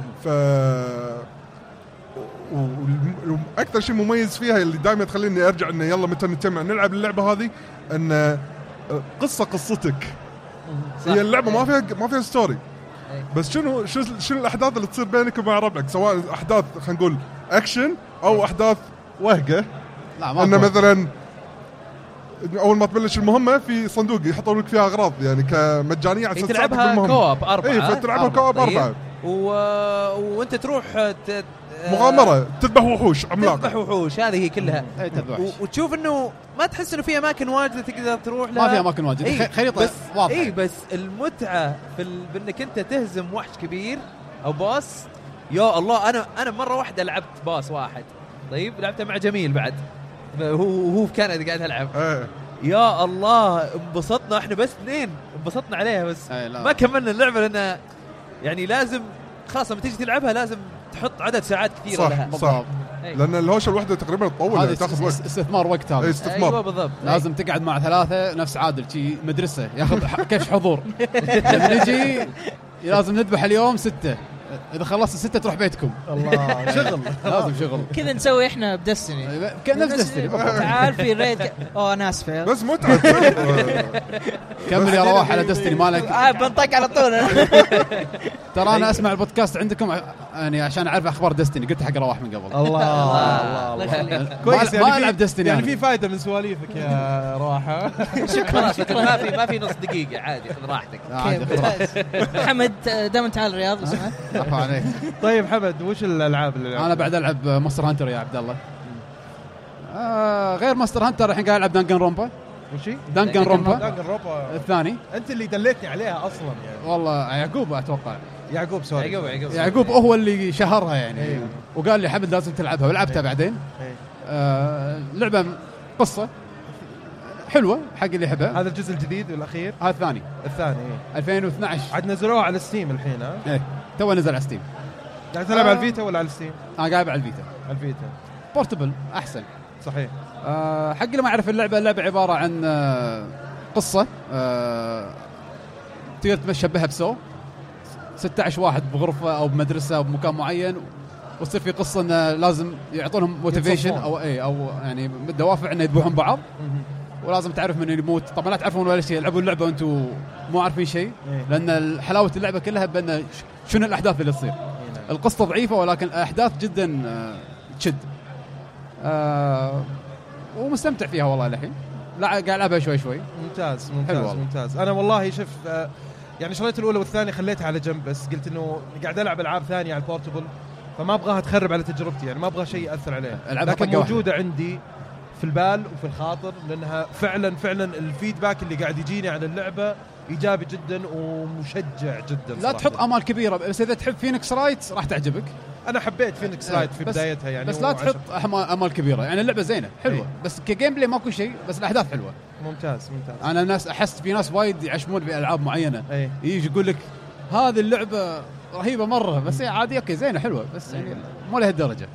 واكثر شيء مميز فيها اللي دائما تخليني ارجع انه يلا متى نجتمع نلعب اللعبه هذه ان قصتك هي اللعبه ما فيها ستوري بس شنو الاحداث اللي تصير بينك وبين ربعك سواء احداث خلينا نقول اكشن او احداث وهقه. انه مثلا اول ما تبلش المهمه في صندوق يحطون لك فيها اغراض يعني كمجانيه عشان تلعبها كوب 4. فتلعبها كوب 4 وانت تروح مغامره تذبح وحوش عملاقه. هذه هي كلها. وتشوف انه ما تحس انه في اماكن واجده تقدر تروح لها. ما في اماكن واجده خريطه واضحه. بس المتعه بانك انت تهزم وحش كبير او باص. يا الله انا مره واحده لعبت باص واحد. طيب لعبته مع جميل بعد هو كان قاعد العب. يا الله انبسطنا احنا بس 2 انبسطنا عليها بس ما كملنا اللعبه لان يعني لازم خلاص لما تيجي تلعبها لازم تحط عدد ساعات كثيره لها. صح لان الهوشه الوحده تقريبا تطول تاخذ وقت. استثمار وقت هذا. ايوه بالضبط. لازم تقعد مع 3 نفس عادل شي مدرسه ياخذ كيف حضور. لما نجي لازم نذبح اليوم 6 اذا خلصت 6 تروح بيتكم. الله شغل لازم شغل كذا نسوي احنا بدستني نفس دستني. تعال في ريد انا اسف بس متعه. كمل يا رواح على دستني مالك. بنطق على طول. ترى انا اسمع البودكاست عندكم يعني عشان اعرف اخبار دستني قلت حق رواح من قبل. الله كويس ما العب دستني يعني في فائده من سواليفك يا رواح. شكرا ما في نص دقيقه عادي خذ راحتك. محمد دائما تعال الرياض لو سمحت. طيب حمد وش الالعاب اللي انا بعد العب مونستر هانتر يا عبد الله. غير مونستر هانتر الحين قاعد العب دانجن رومبا. وشي دانجن رومبا الثاني انت اللي دليتني عليها اصلا يعني. والله يعقوب اتوقع يعقوب هو اللي شهرها يعني وقال لي حمد لازم تلعبها ولعبتها بعدين. لعبة قصة حلوة حق اللي يحبها. هذا الجزء الجديد والأخير؟ هذا الثاني 2012 عاد نزلوها على ستيم الحين. تو نزل على ستيم. يعني تلعب على الفيتا ولا على الستيم؟ قاعد على الفيتا. بورتبل أحسن. صحيح. حق اللي ما يعرف اللعبة عبارة عن قصة تقدر تشبهها بسو 16 واحد بغرفة أو بمدرسة أو بمكان معين وتصير في قصة إنه لازم يعطونهم موتيفيشن أو يعني دوافع إنه يذبحون بعض ولازم تعرف من يموت. طبعا لا تعرفون ولا شيء، العبوا اللعبة وأنتم مو عارفين شيء لأن حلاوة اللعبة كلها بأن شنو الأحداث اللي تصير. القصة ضعيفة ولكن الأحداث جدا تشد. ومستمتع فيها والله الحين. لا قاعد ألعبها شوي. ممتاز. أنا والله شوف يعني شريت الأولى والثانية خليتها على جنب بس قلت إنه قاعد ألعب ألعاب ثانية على البورتبل فما أبغاها تخرب على تجربتي يعني ما أبغى شيء يأثر عليه لكن موجودة عندي في البال وفي الخاطر لأنها فعلا الفيدباك اللي قاعد يجيني عن اللعبة إيجابي جدا ومشجع جدا لا صراحة. تحط أمال كبيرة بس إذا تحب فينيكس رايت راح تعجبك. أنا حبيت فينيكس رايت في بدايتها يعني بس لا تحط أمال كبيرة يعني اللعبة زينة حلوة بس كجيم بلاي ماكو شيء بس الأحداث حلوة. ممتاز. أنا الناس أحس في ناس وايد يعشمون بألعاب معينة يجي يقول لك هذه اللعبة رهيبة مرة بس هي عادية أوكي زينة حلوة بس يعني مو لهالدرجة.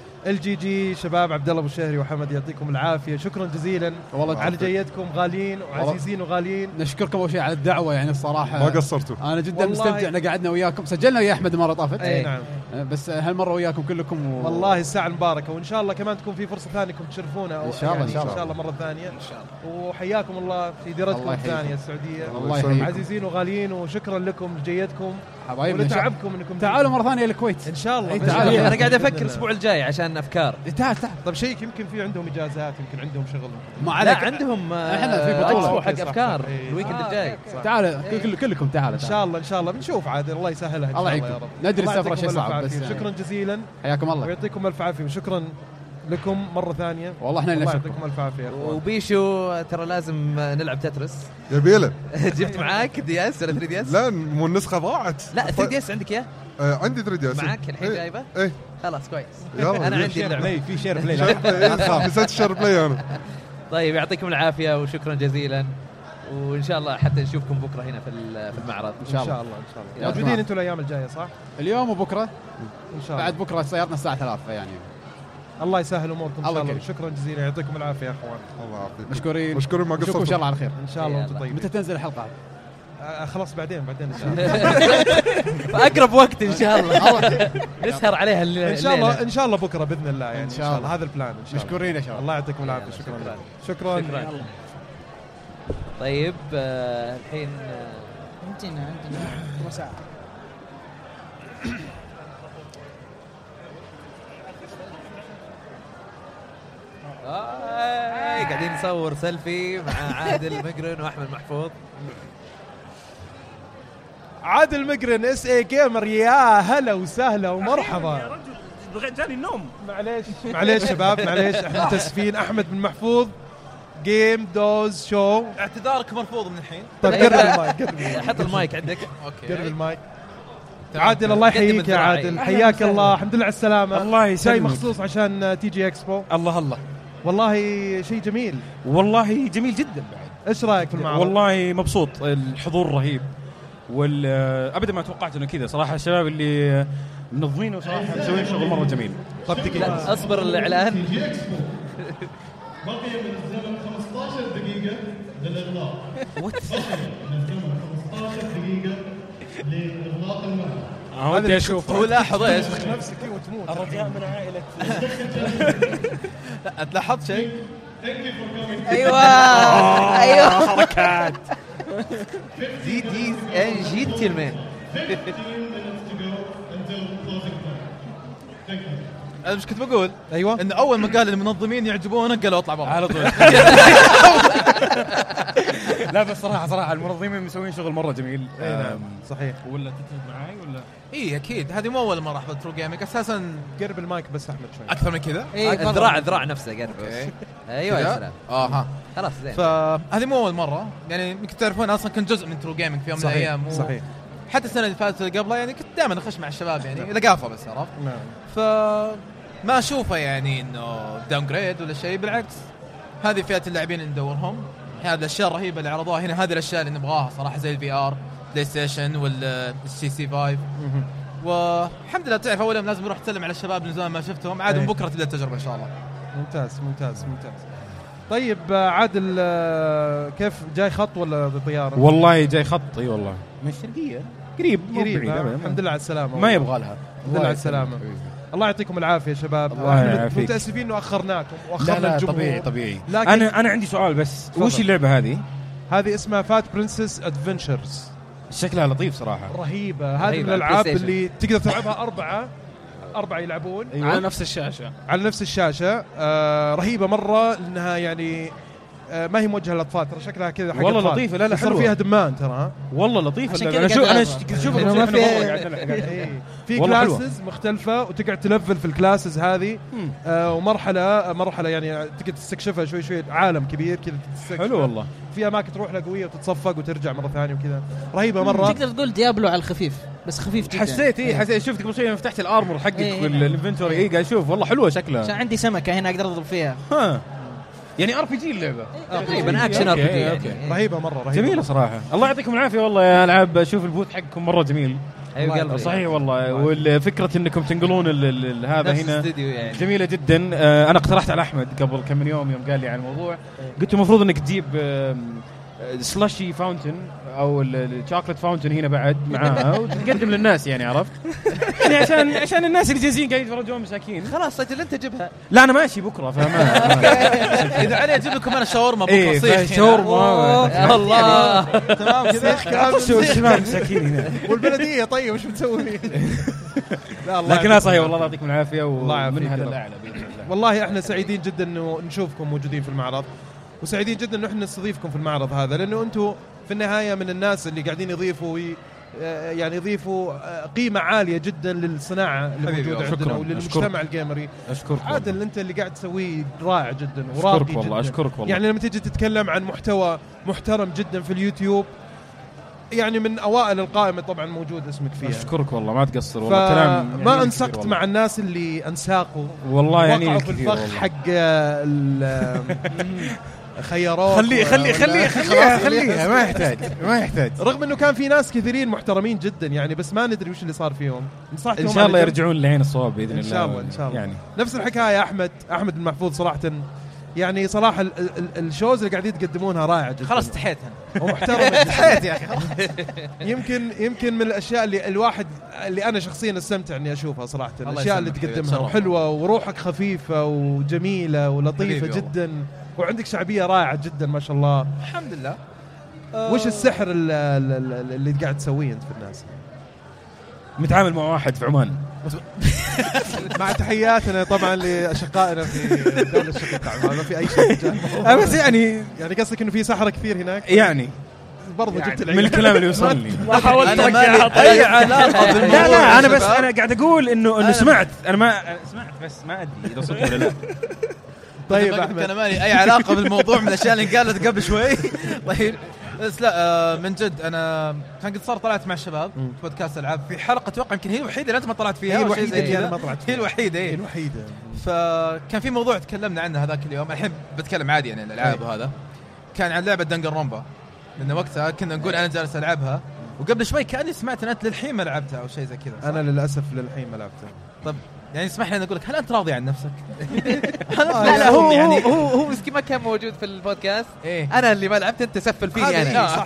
الجي شباب عبد الله ابو الشهري وحمد يعطيكم العافيه شكرا جزيلا والله على جيتكم غاليين وعزيزين وغاليين. نشكركم اول شيء على الدعوه يعني الصراحه ما قصرتوا. انا جدا مستمتع ان قعدنا وياكم سجلنا ويا احمد مره طافت نعم بس هالمره وياكم كلكم والله الساعه المباركه وان شاء الله كمان تكون في فرصه ثانيه انكم تشرفونا ان شاء الله ان شاء الله مره ثانيه ان شاء الله. وحياكم الله في ديرتكم الثانيه السعوديه الله عزيزين وغاليين وشكرا لكم لجيتكم حبايبنا ونتعبكم انكم تعالوا مره ثانيه الكويت ان شاء الله. انا قاعد افكر الاسبوع الجاي عشان افكار. تعال طيب شيء يمكن في عندهم اجازات يمكن عندهم شغل لا عندهم احنا في بطوله حق افكار الويكند الجاي. تعال كلكم تعال ان شاء الله بنشوف عاد الله يسهلها ان شاء الله يا رب. ندري السفره شيء صعب بس شكرا جزيلا حياكم الله ويعطيكم الف عافيه وشكرا لكم مرة ثانية والله احنا اللي يعطيكم الف عافية. وبيشو ترى لازم نلعب تترس يبيله. جبت معاك دي اس ولا 3 دي اس؟ لا مو النسخة ضاعت. لا 3 دي اس عندك اياه؟ عندي 3 دي اس معك الحين جايبه؟ ايه خلاص كويس. انا عندي اللعبة في شير بلاي لا تخاف نسيت الشير بلاي انا. طيب يعطيكم العافية وشكرا جزيلا وان شاء الله حتى نشوفكم بكره هنا في المعرض ان شاء الله. موجودين انتم الايام الجايه صح؟ اليوم وبكره ان شاء الله. بعد بكره سيارتنا الساعه 3 يعني الله يسهل اموركم ان شاء الله. شكرا جزيلا يعطيكم العافيه يا اخوان. الله يعافيك. مشكورين ما قصرتوا ان شاء الله على خير ان شاء الله وانتم طيبين. متى تنزل الحلقه؟ خلاص بعدين ان شاء الله. فاقرب وقت ان شاء الله نسهر عليها ان شاء الله بكره باذن الله يعني ان شاء الله هذا البلان ان شاء الله. مشكورين يا شباب الله يعطيكم العافيه. شكرا. طيب الحين عندنا مساء قاعدين نصور سيلفي مع عادل مقرن واحمد محفوظ. عادل مقرن اس اي جيمر يا هلا وسهلا ومرحبا. يا رجل جاني النوم. معليش شباب معليش احنا متاسفين. احمد بن محفوظ جيم دوز شو. اعتذارك مرفوض من الحين. طيب قرب المايك. حط المايك عندك. اوكي قرب المايك. عادل الله يحييك يا عادل. حياك الله. الحمد لله على السلامة. الله يسلمك. جاي مخصوص عشان تي جي اكسبو. الله والله شيء جميل. والله جميل جدا بعد. ايش رايك في المعرض؟ والله مبسوط الحضور رهيب ابدا ما توقعت انه كذا صراحه. الشباب اللي منظمين وصراحه مسوين شغل مره جميل. طب دقيقه اصبر الاعلان. بقي من الزمن 15 دقيقه للاغلاق. وات 15 دقيقه لاغلاق المعرض. ودي اشوف هو لاحظ ايش نفسك وتموت. الرجاء من عائله. لا تلاحظ شيء. ايوه حركات. دي جيت تلمين. انا مش كنت بقول ايوه انه اول ما قال المنظمين يعجبونه قالوا اطلع برا على طول. لا بس صراحه المنظمين مسوين شغل مره جميل. صحيح. ولا تتفق معي ولا اي اكيد هذه مو اول مره احضر ترو جيمنج اساسا. قرب المايك بس احمد شوي اكثر من كذا. الذراع نفسه قرب. ايوه يا سلام. خلاص زين. فهذه مو اول مره يعني يمكن تعرفون اصلا كنت جزء من ترو جيمنج في يوم من الايام. صحيح. حتى السنه اللي فاتت اللي قبلها يعني كنت دائما اخش مع الشباب يعني لقافه بس عرفت. فما اشوفه يعني انه داون جريد ولا شيء، بالعكس هذه فئه اللاعبين اللي ندورهم. هذه الاشياء الرهيبه اللي عرضوها هنا، هذه الاشياء اللي نبغاها صراحه، زي الفي ار بلاي ستيشن والسي سي 5. والحمد لله تعرف اول يوم لازم نروح نسلم على الشباب اللي زمان ما شفتهم، عاد من بكره تبدا التجربه ان شاء الله. ممتاز. طيب عادل، كيف جاي خط ولا بطياره؟ والله جاي خط. اي والله من الشرقيه قريب. الحمد لله على السلامه. ما يبغى لها. الحمد لله على السلامه. الله يعطيكم العافيه يا شباب. متاسفين انه اخرناكم واخرنا الجمهور. طبيعي. انا عندي سؤال بس. وش اللعبه هذه اسمها فات برنسس ادفنتشرز. شكلها لطيف صراحه، رهيبه. هذه من الالعاب اللي تقدر تلعبها أربعة يلعبون على نفس الشاشة. رهيبة مرة لأنها يعني ما هي موجهة للأطفال، ترى شكلها كذا حق والله لطيفة. لا صار فيها دمان ترى. والله لطيفة. أنا شوف في كلاسز مختلفة وتقعد تلفل في الكلاسز هذه. ومرحلة يعني تقدر تستكشفها شوي عالم كبير كذا. حلو والله. في أماكن تروح لها قوية وتتصفق وترجع مرة ثانية وكذا. رهيبة مرة. تقدر تقول ديابلو على الخفيف، بس خفيف جدا. حسيت شفتك قبل شوي فتحت الارمور حقك والانفنتوري. قاعد اشوف والله حلوه شكلها. عشان عندي سمكه هنا اقدر اضرب فيها. يعني ار بي جي اللعبه تقريبا اكشن ار بي جي. رهيبه مره جميله صراحه. الله يعطيكم العافيه والله يا العاب. اشوف البوث حقكم مره جميل. ايوه قلبي صحيح والله. والفكره انكم تنقلون هذا هنا يعني. جميله جدا. انا اقترحت على احمد قبل كم من يوم قال لي عن الموضوع، قلت المفروض انك تجيب سلاشي فاونتن او الشوكليت فاونتن هنا بعد معاها وتقدم للناس يعني عرفت يعني عشان الناس اللي جالسين قاعدين يتفرجون مساكين. خلاص اجل انت جيبها. لا انا ماشي بكره فما اذا علي اجيب لكم انا شاورما بكره. صيف شاورما يا الله تمام كذا. الشباب مساكين هنا والبلديه. طيب وش بتسوي؟ لا الله لكن صحيح والله يعطيكم العافيه ومنها للاعلى باذن الله. والله احنا سعيدين جدا انه نشوفكم موجودين في المعرض، وسعيدين جدا انه احنا نستضيفكم في المعرض هذا، لانه انتم في النهايه من الناس اللي قاعدين يضيفوا قيمه عاليه جدا للصناعه اللي موجوده عندنا وللمجتمع الجيمري. اشكرك عادل. انت اللي قاعد تسويه رائع جدا وراقي جدا والله. اشكرك والله. يعني لما تيجي تتكلم عن محتوى محترم جدا في اليوتيوب، يعني من اوائل القائمه طبعا موجود اسمك فيها. اشكرك والله ما تقصر والله. كلام يعني ما انسقت مع الناس اللي انساقوا والله يعني وقعوا في الفخ حق خيارات. خليها ما يحتاج رغم انه كان في ناس كثيرين محترمين جدا يعني، بس ما ندري وش اللي صار فيهم. ان شاء الله يرجعون لعين الصواب باذن الله. ان شاء الله يعني نفس الحكايه. احمد المحفوظ صراحه يعني صراحه الشوز اللي قاعدين تقدمونها رائعه جدا. خلاص تحيتها ومحترمه. تحيت يا اخي. يمكن من الاشياء اللي الواحد اللي انا شخصيا استمتع اني اشوفها صراحه. الاشياء اللي تقدمها حلوه وروحك خفيفه وجميله ولطيفه جدا، وعندك شعبيه رائعه جدا ما شاء الله. الحمد لله. وش السحر اللي قاعد تسويه انت في الناس؟ متعامل مع واحد في عمان. مع تحياتنا طبعا لاشقائنا في الدوله الشقيقه عمان. ما في اي شيء بس يعني قصدك انه في سحره كثير هناك يعني برضه جبت من الكلام اللي وصلني. ما حاولت ارجع اي علاقه بالموضوع. لا انا بس انا قاعد اقول انه سمعت. انا ما سمعت بس ما ادري اذا صدق ولا لا. طيب احمد انا مالي اي علاقه بالموضوع من الاشياء اللي قالت قبل شوي. طيب بس لا من جد انا كان قد صار طلعت مع الشباب في بودكاست العاب في حلقه اتوقع يمكن هي الوحيده اللي انت ما طلعت فيها. هي الوحيده اللي انا ما طلعت فيها. هي الوحيده. فكان في موضوع تكلمنا عنه هذاك اليوم. الحين بتكلم عادي يعني الالعاب وهذا. كان عن لعبه دنجنرومبا، لأن وقتها كنا نقول انا جالس العبها، وقبل شوي كاني سمعت ان انت للحين ما لعبتها او شيء زي كذا. انا للاسف للحين ما لعبتها. طب يعني اسمح لي اقول لك، هل انت راضي عن نفسك؟ لا هو مسكين ما كان موجود في البودكاست. إيه؟ انا اللي ما لعبت انت سفل فيني انا. صح.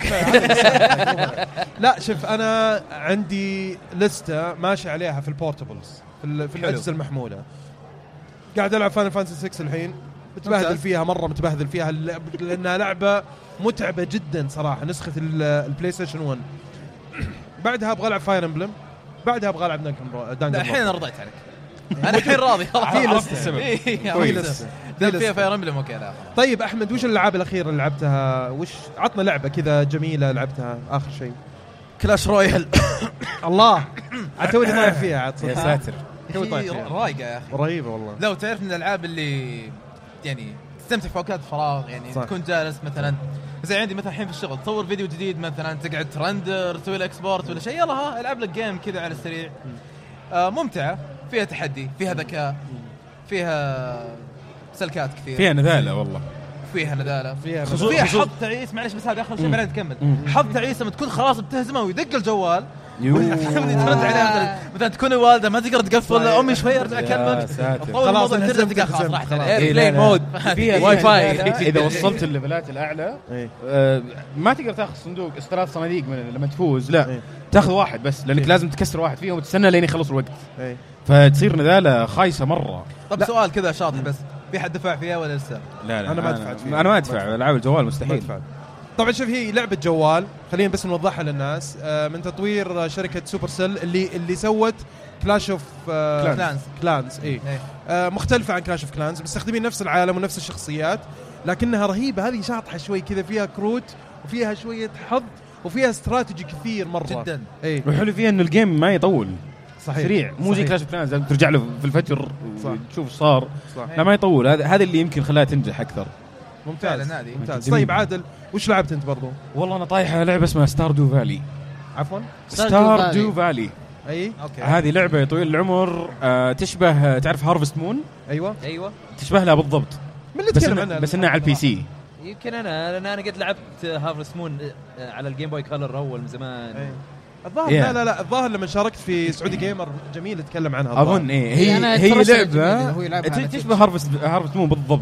لا شوف انا عندي لستة ماشي عليها في البورتابلز في الاجهزه المحموله. قاعد العب فاينل فانتسي 6 الحين، متبهذل فيها مره، متبهذل فيها لانها لعبه متعبه جدا صراحه. نسخه البلاي ستيشن 1. بعدها ابغى العب فاير امبلم، بعدها ابغى العب دانجر. الحين انا رضيت عليك. انا الحين راضي خلاص. عرفت السبب. كويس. فيها فاير امبلم اوكي. لا طيب احمد، وش الالعاب الاخيره اللي لعبتها؟ وش عطنا لعبه كذا جميله لعبتها اخر شيء؟ كلاش رويال. الله عتوني طايح فيها عاد. يا ساتر رايقه يا اخي، رهيبه والله. لو تعرف من الالعاب اللي يعني تستمتع في اوقات فراغ، يعني صح. تكون جالس مثلا زي عندي مثلا الحين في الشغل تصور فيديو جديد مثلا تقعد ترندر تسوي له اكسبورت ولا شيء، يلا ها العب لك جيم كذا على السريع. ممتعه، فيها تحدي، فيها ذكاء، فيها سلكات كثير، فيها نذاله والله، فيها نذاله، فيها حظ تعيس. معلش بس هذا اخر شيء بعدين تكمل. حظ تعيس لما تكون خلاص بتهزمه ويدق الجوال ترد عليها مثلا تكون الوالده ما تقدر تقفل امي شوي ارجع اكلمك خلاص ترجع خلاص راحت ايربلين مود فيها واي فاي. اذا وصلت الليفلات الاعلى ما تقدر تاخذ صندوق 3 صناديق لما تفوز، لا تاخذ واحد بس لانك لازم تكسر واحد فيهم وتستنى لين يخلص الوقت، فتصير نذاله خايسه مره. طب سؤال كذا شاطح بس، في حد دفع فيها ولا لسه؟ لا انا ما دفعت فيها، انا ما ادفع العاب الجوال مستحيل. طبعا شوف هي لعبه جوال، خلينا بس نوضحها للناس، من تطوير شركه سوبر سيل اللي سوت كلاش اوف كلانز مختلفه عن كلاش اوف كلانز، مستخدمين نفس العالم ونفس الشخصيات لكنها رهيبه. هذه شاطحه شوي كذا، فيها كروت وفيها شويه حظ وفيها استراتيجي كثير مره جدا. والحلو فيها انه الجيم ما يطول، صحيح سريع، مو زي كلاش اوف كلانز ترجع له في الفجر وتشوف صار، لا ما يطول. هذا اللي يمكن خلاها تنجح اكثر. ممتاز. طيب عادل وش لعبت انت برضو؟ والله انا طايحه لعبه اسمها ستاردو فالي. عفوا ستاردو فالي. اوكي هذه لعبه طويل العمر، تشبه تعرف هارفست مون؟ ايوه تشبه لها بالضبط، من اللي تكلم عنها بس انها على البي سي. يمكن انا قد لعبت هارفست مون على الجيم بوي كولر اول من زمان. الظاهر لا الظاهر لما شاركت في سعودي جيمر جميل اتكلم عنها اظن. هي لعبه تشبه هارفست مون بالضبط.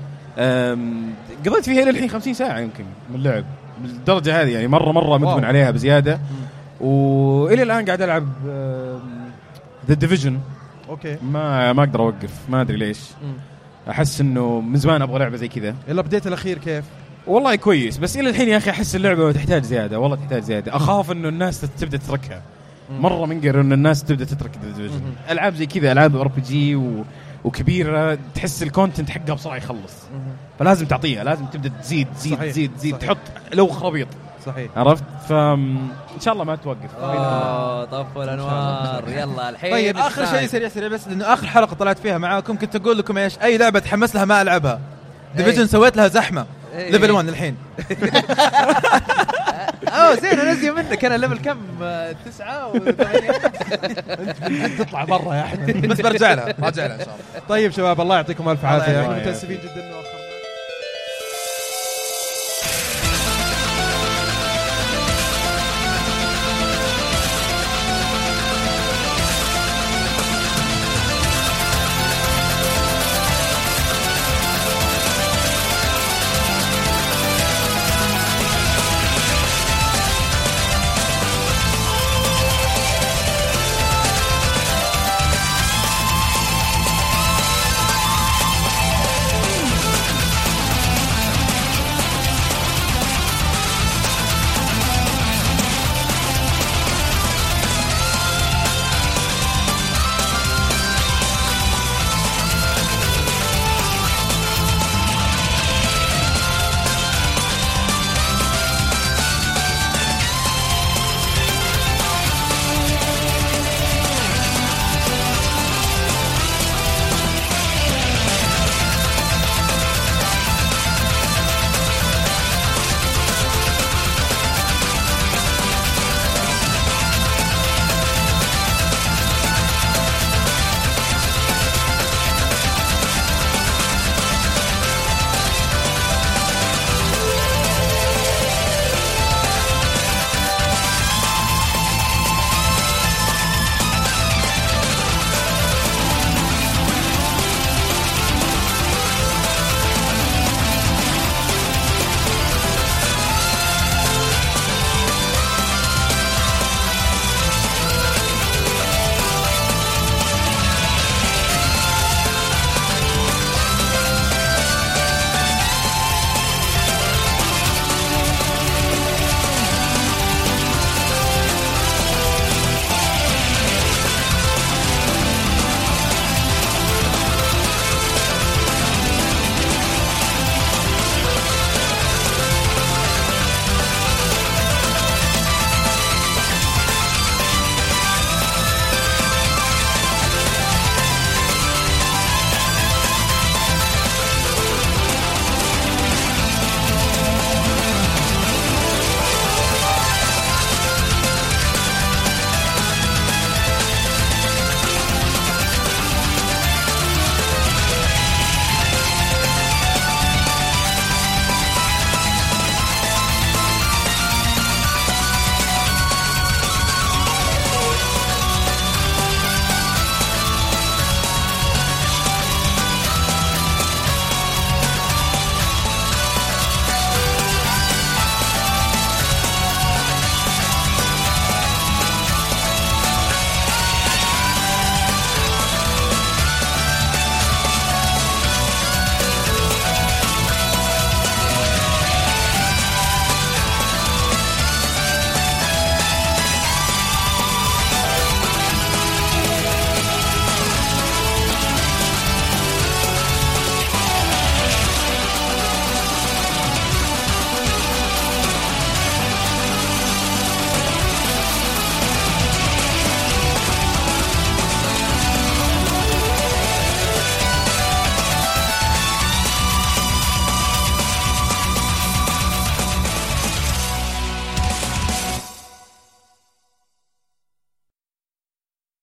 قضيت فيها للحين 50 ساعه يمكن من اللعب بالدرجه هذه، يعني مره مدمن عليها بزياده. والى الان قاعد العب ذا ديفيجن. اوكي ما اقدر اوقف، ما ادري ليش. احس انه من زمان ابغى لعبه زي كذا. الابديت الاخير كيف؟ والله كويس، بس الى الحين يا اخي احس اللعبه تحتاج زياده، والله تحتاج زياده. اخاف انه الناس تبدا تتركها مره، منقر انه الناس تبدا تترك العاب زي كذا، العاب ار بي جي وكبيره، تحس الكونتنت حقها بسرعه يخلص، فلازم تعطيها، لازم تبدا تزيد صحيح. تحط لو خرابيط، صحيح، عرفت؟ فان شاء الله ما توقف. طفوا الانوار يلا الحين. طيب اخر شيء سريع بس، لانه اخر حلقه طلعت فيها معاكم كنت اقول لكم ايش، اي لعبه تحمس لها ما العبها. ديفيجن سويت لها زحمه ليفل 1 الحين. زين انزل منك انا ليفل كم 9 انت تطلع برا يا احمد. بس برجع لها ان شاء الله. طيب شباب الله يعطيكم الف عافيه، متاسفين جدا انه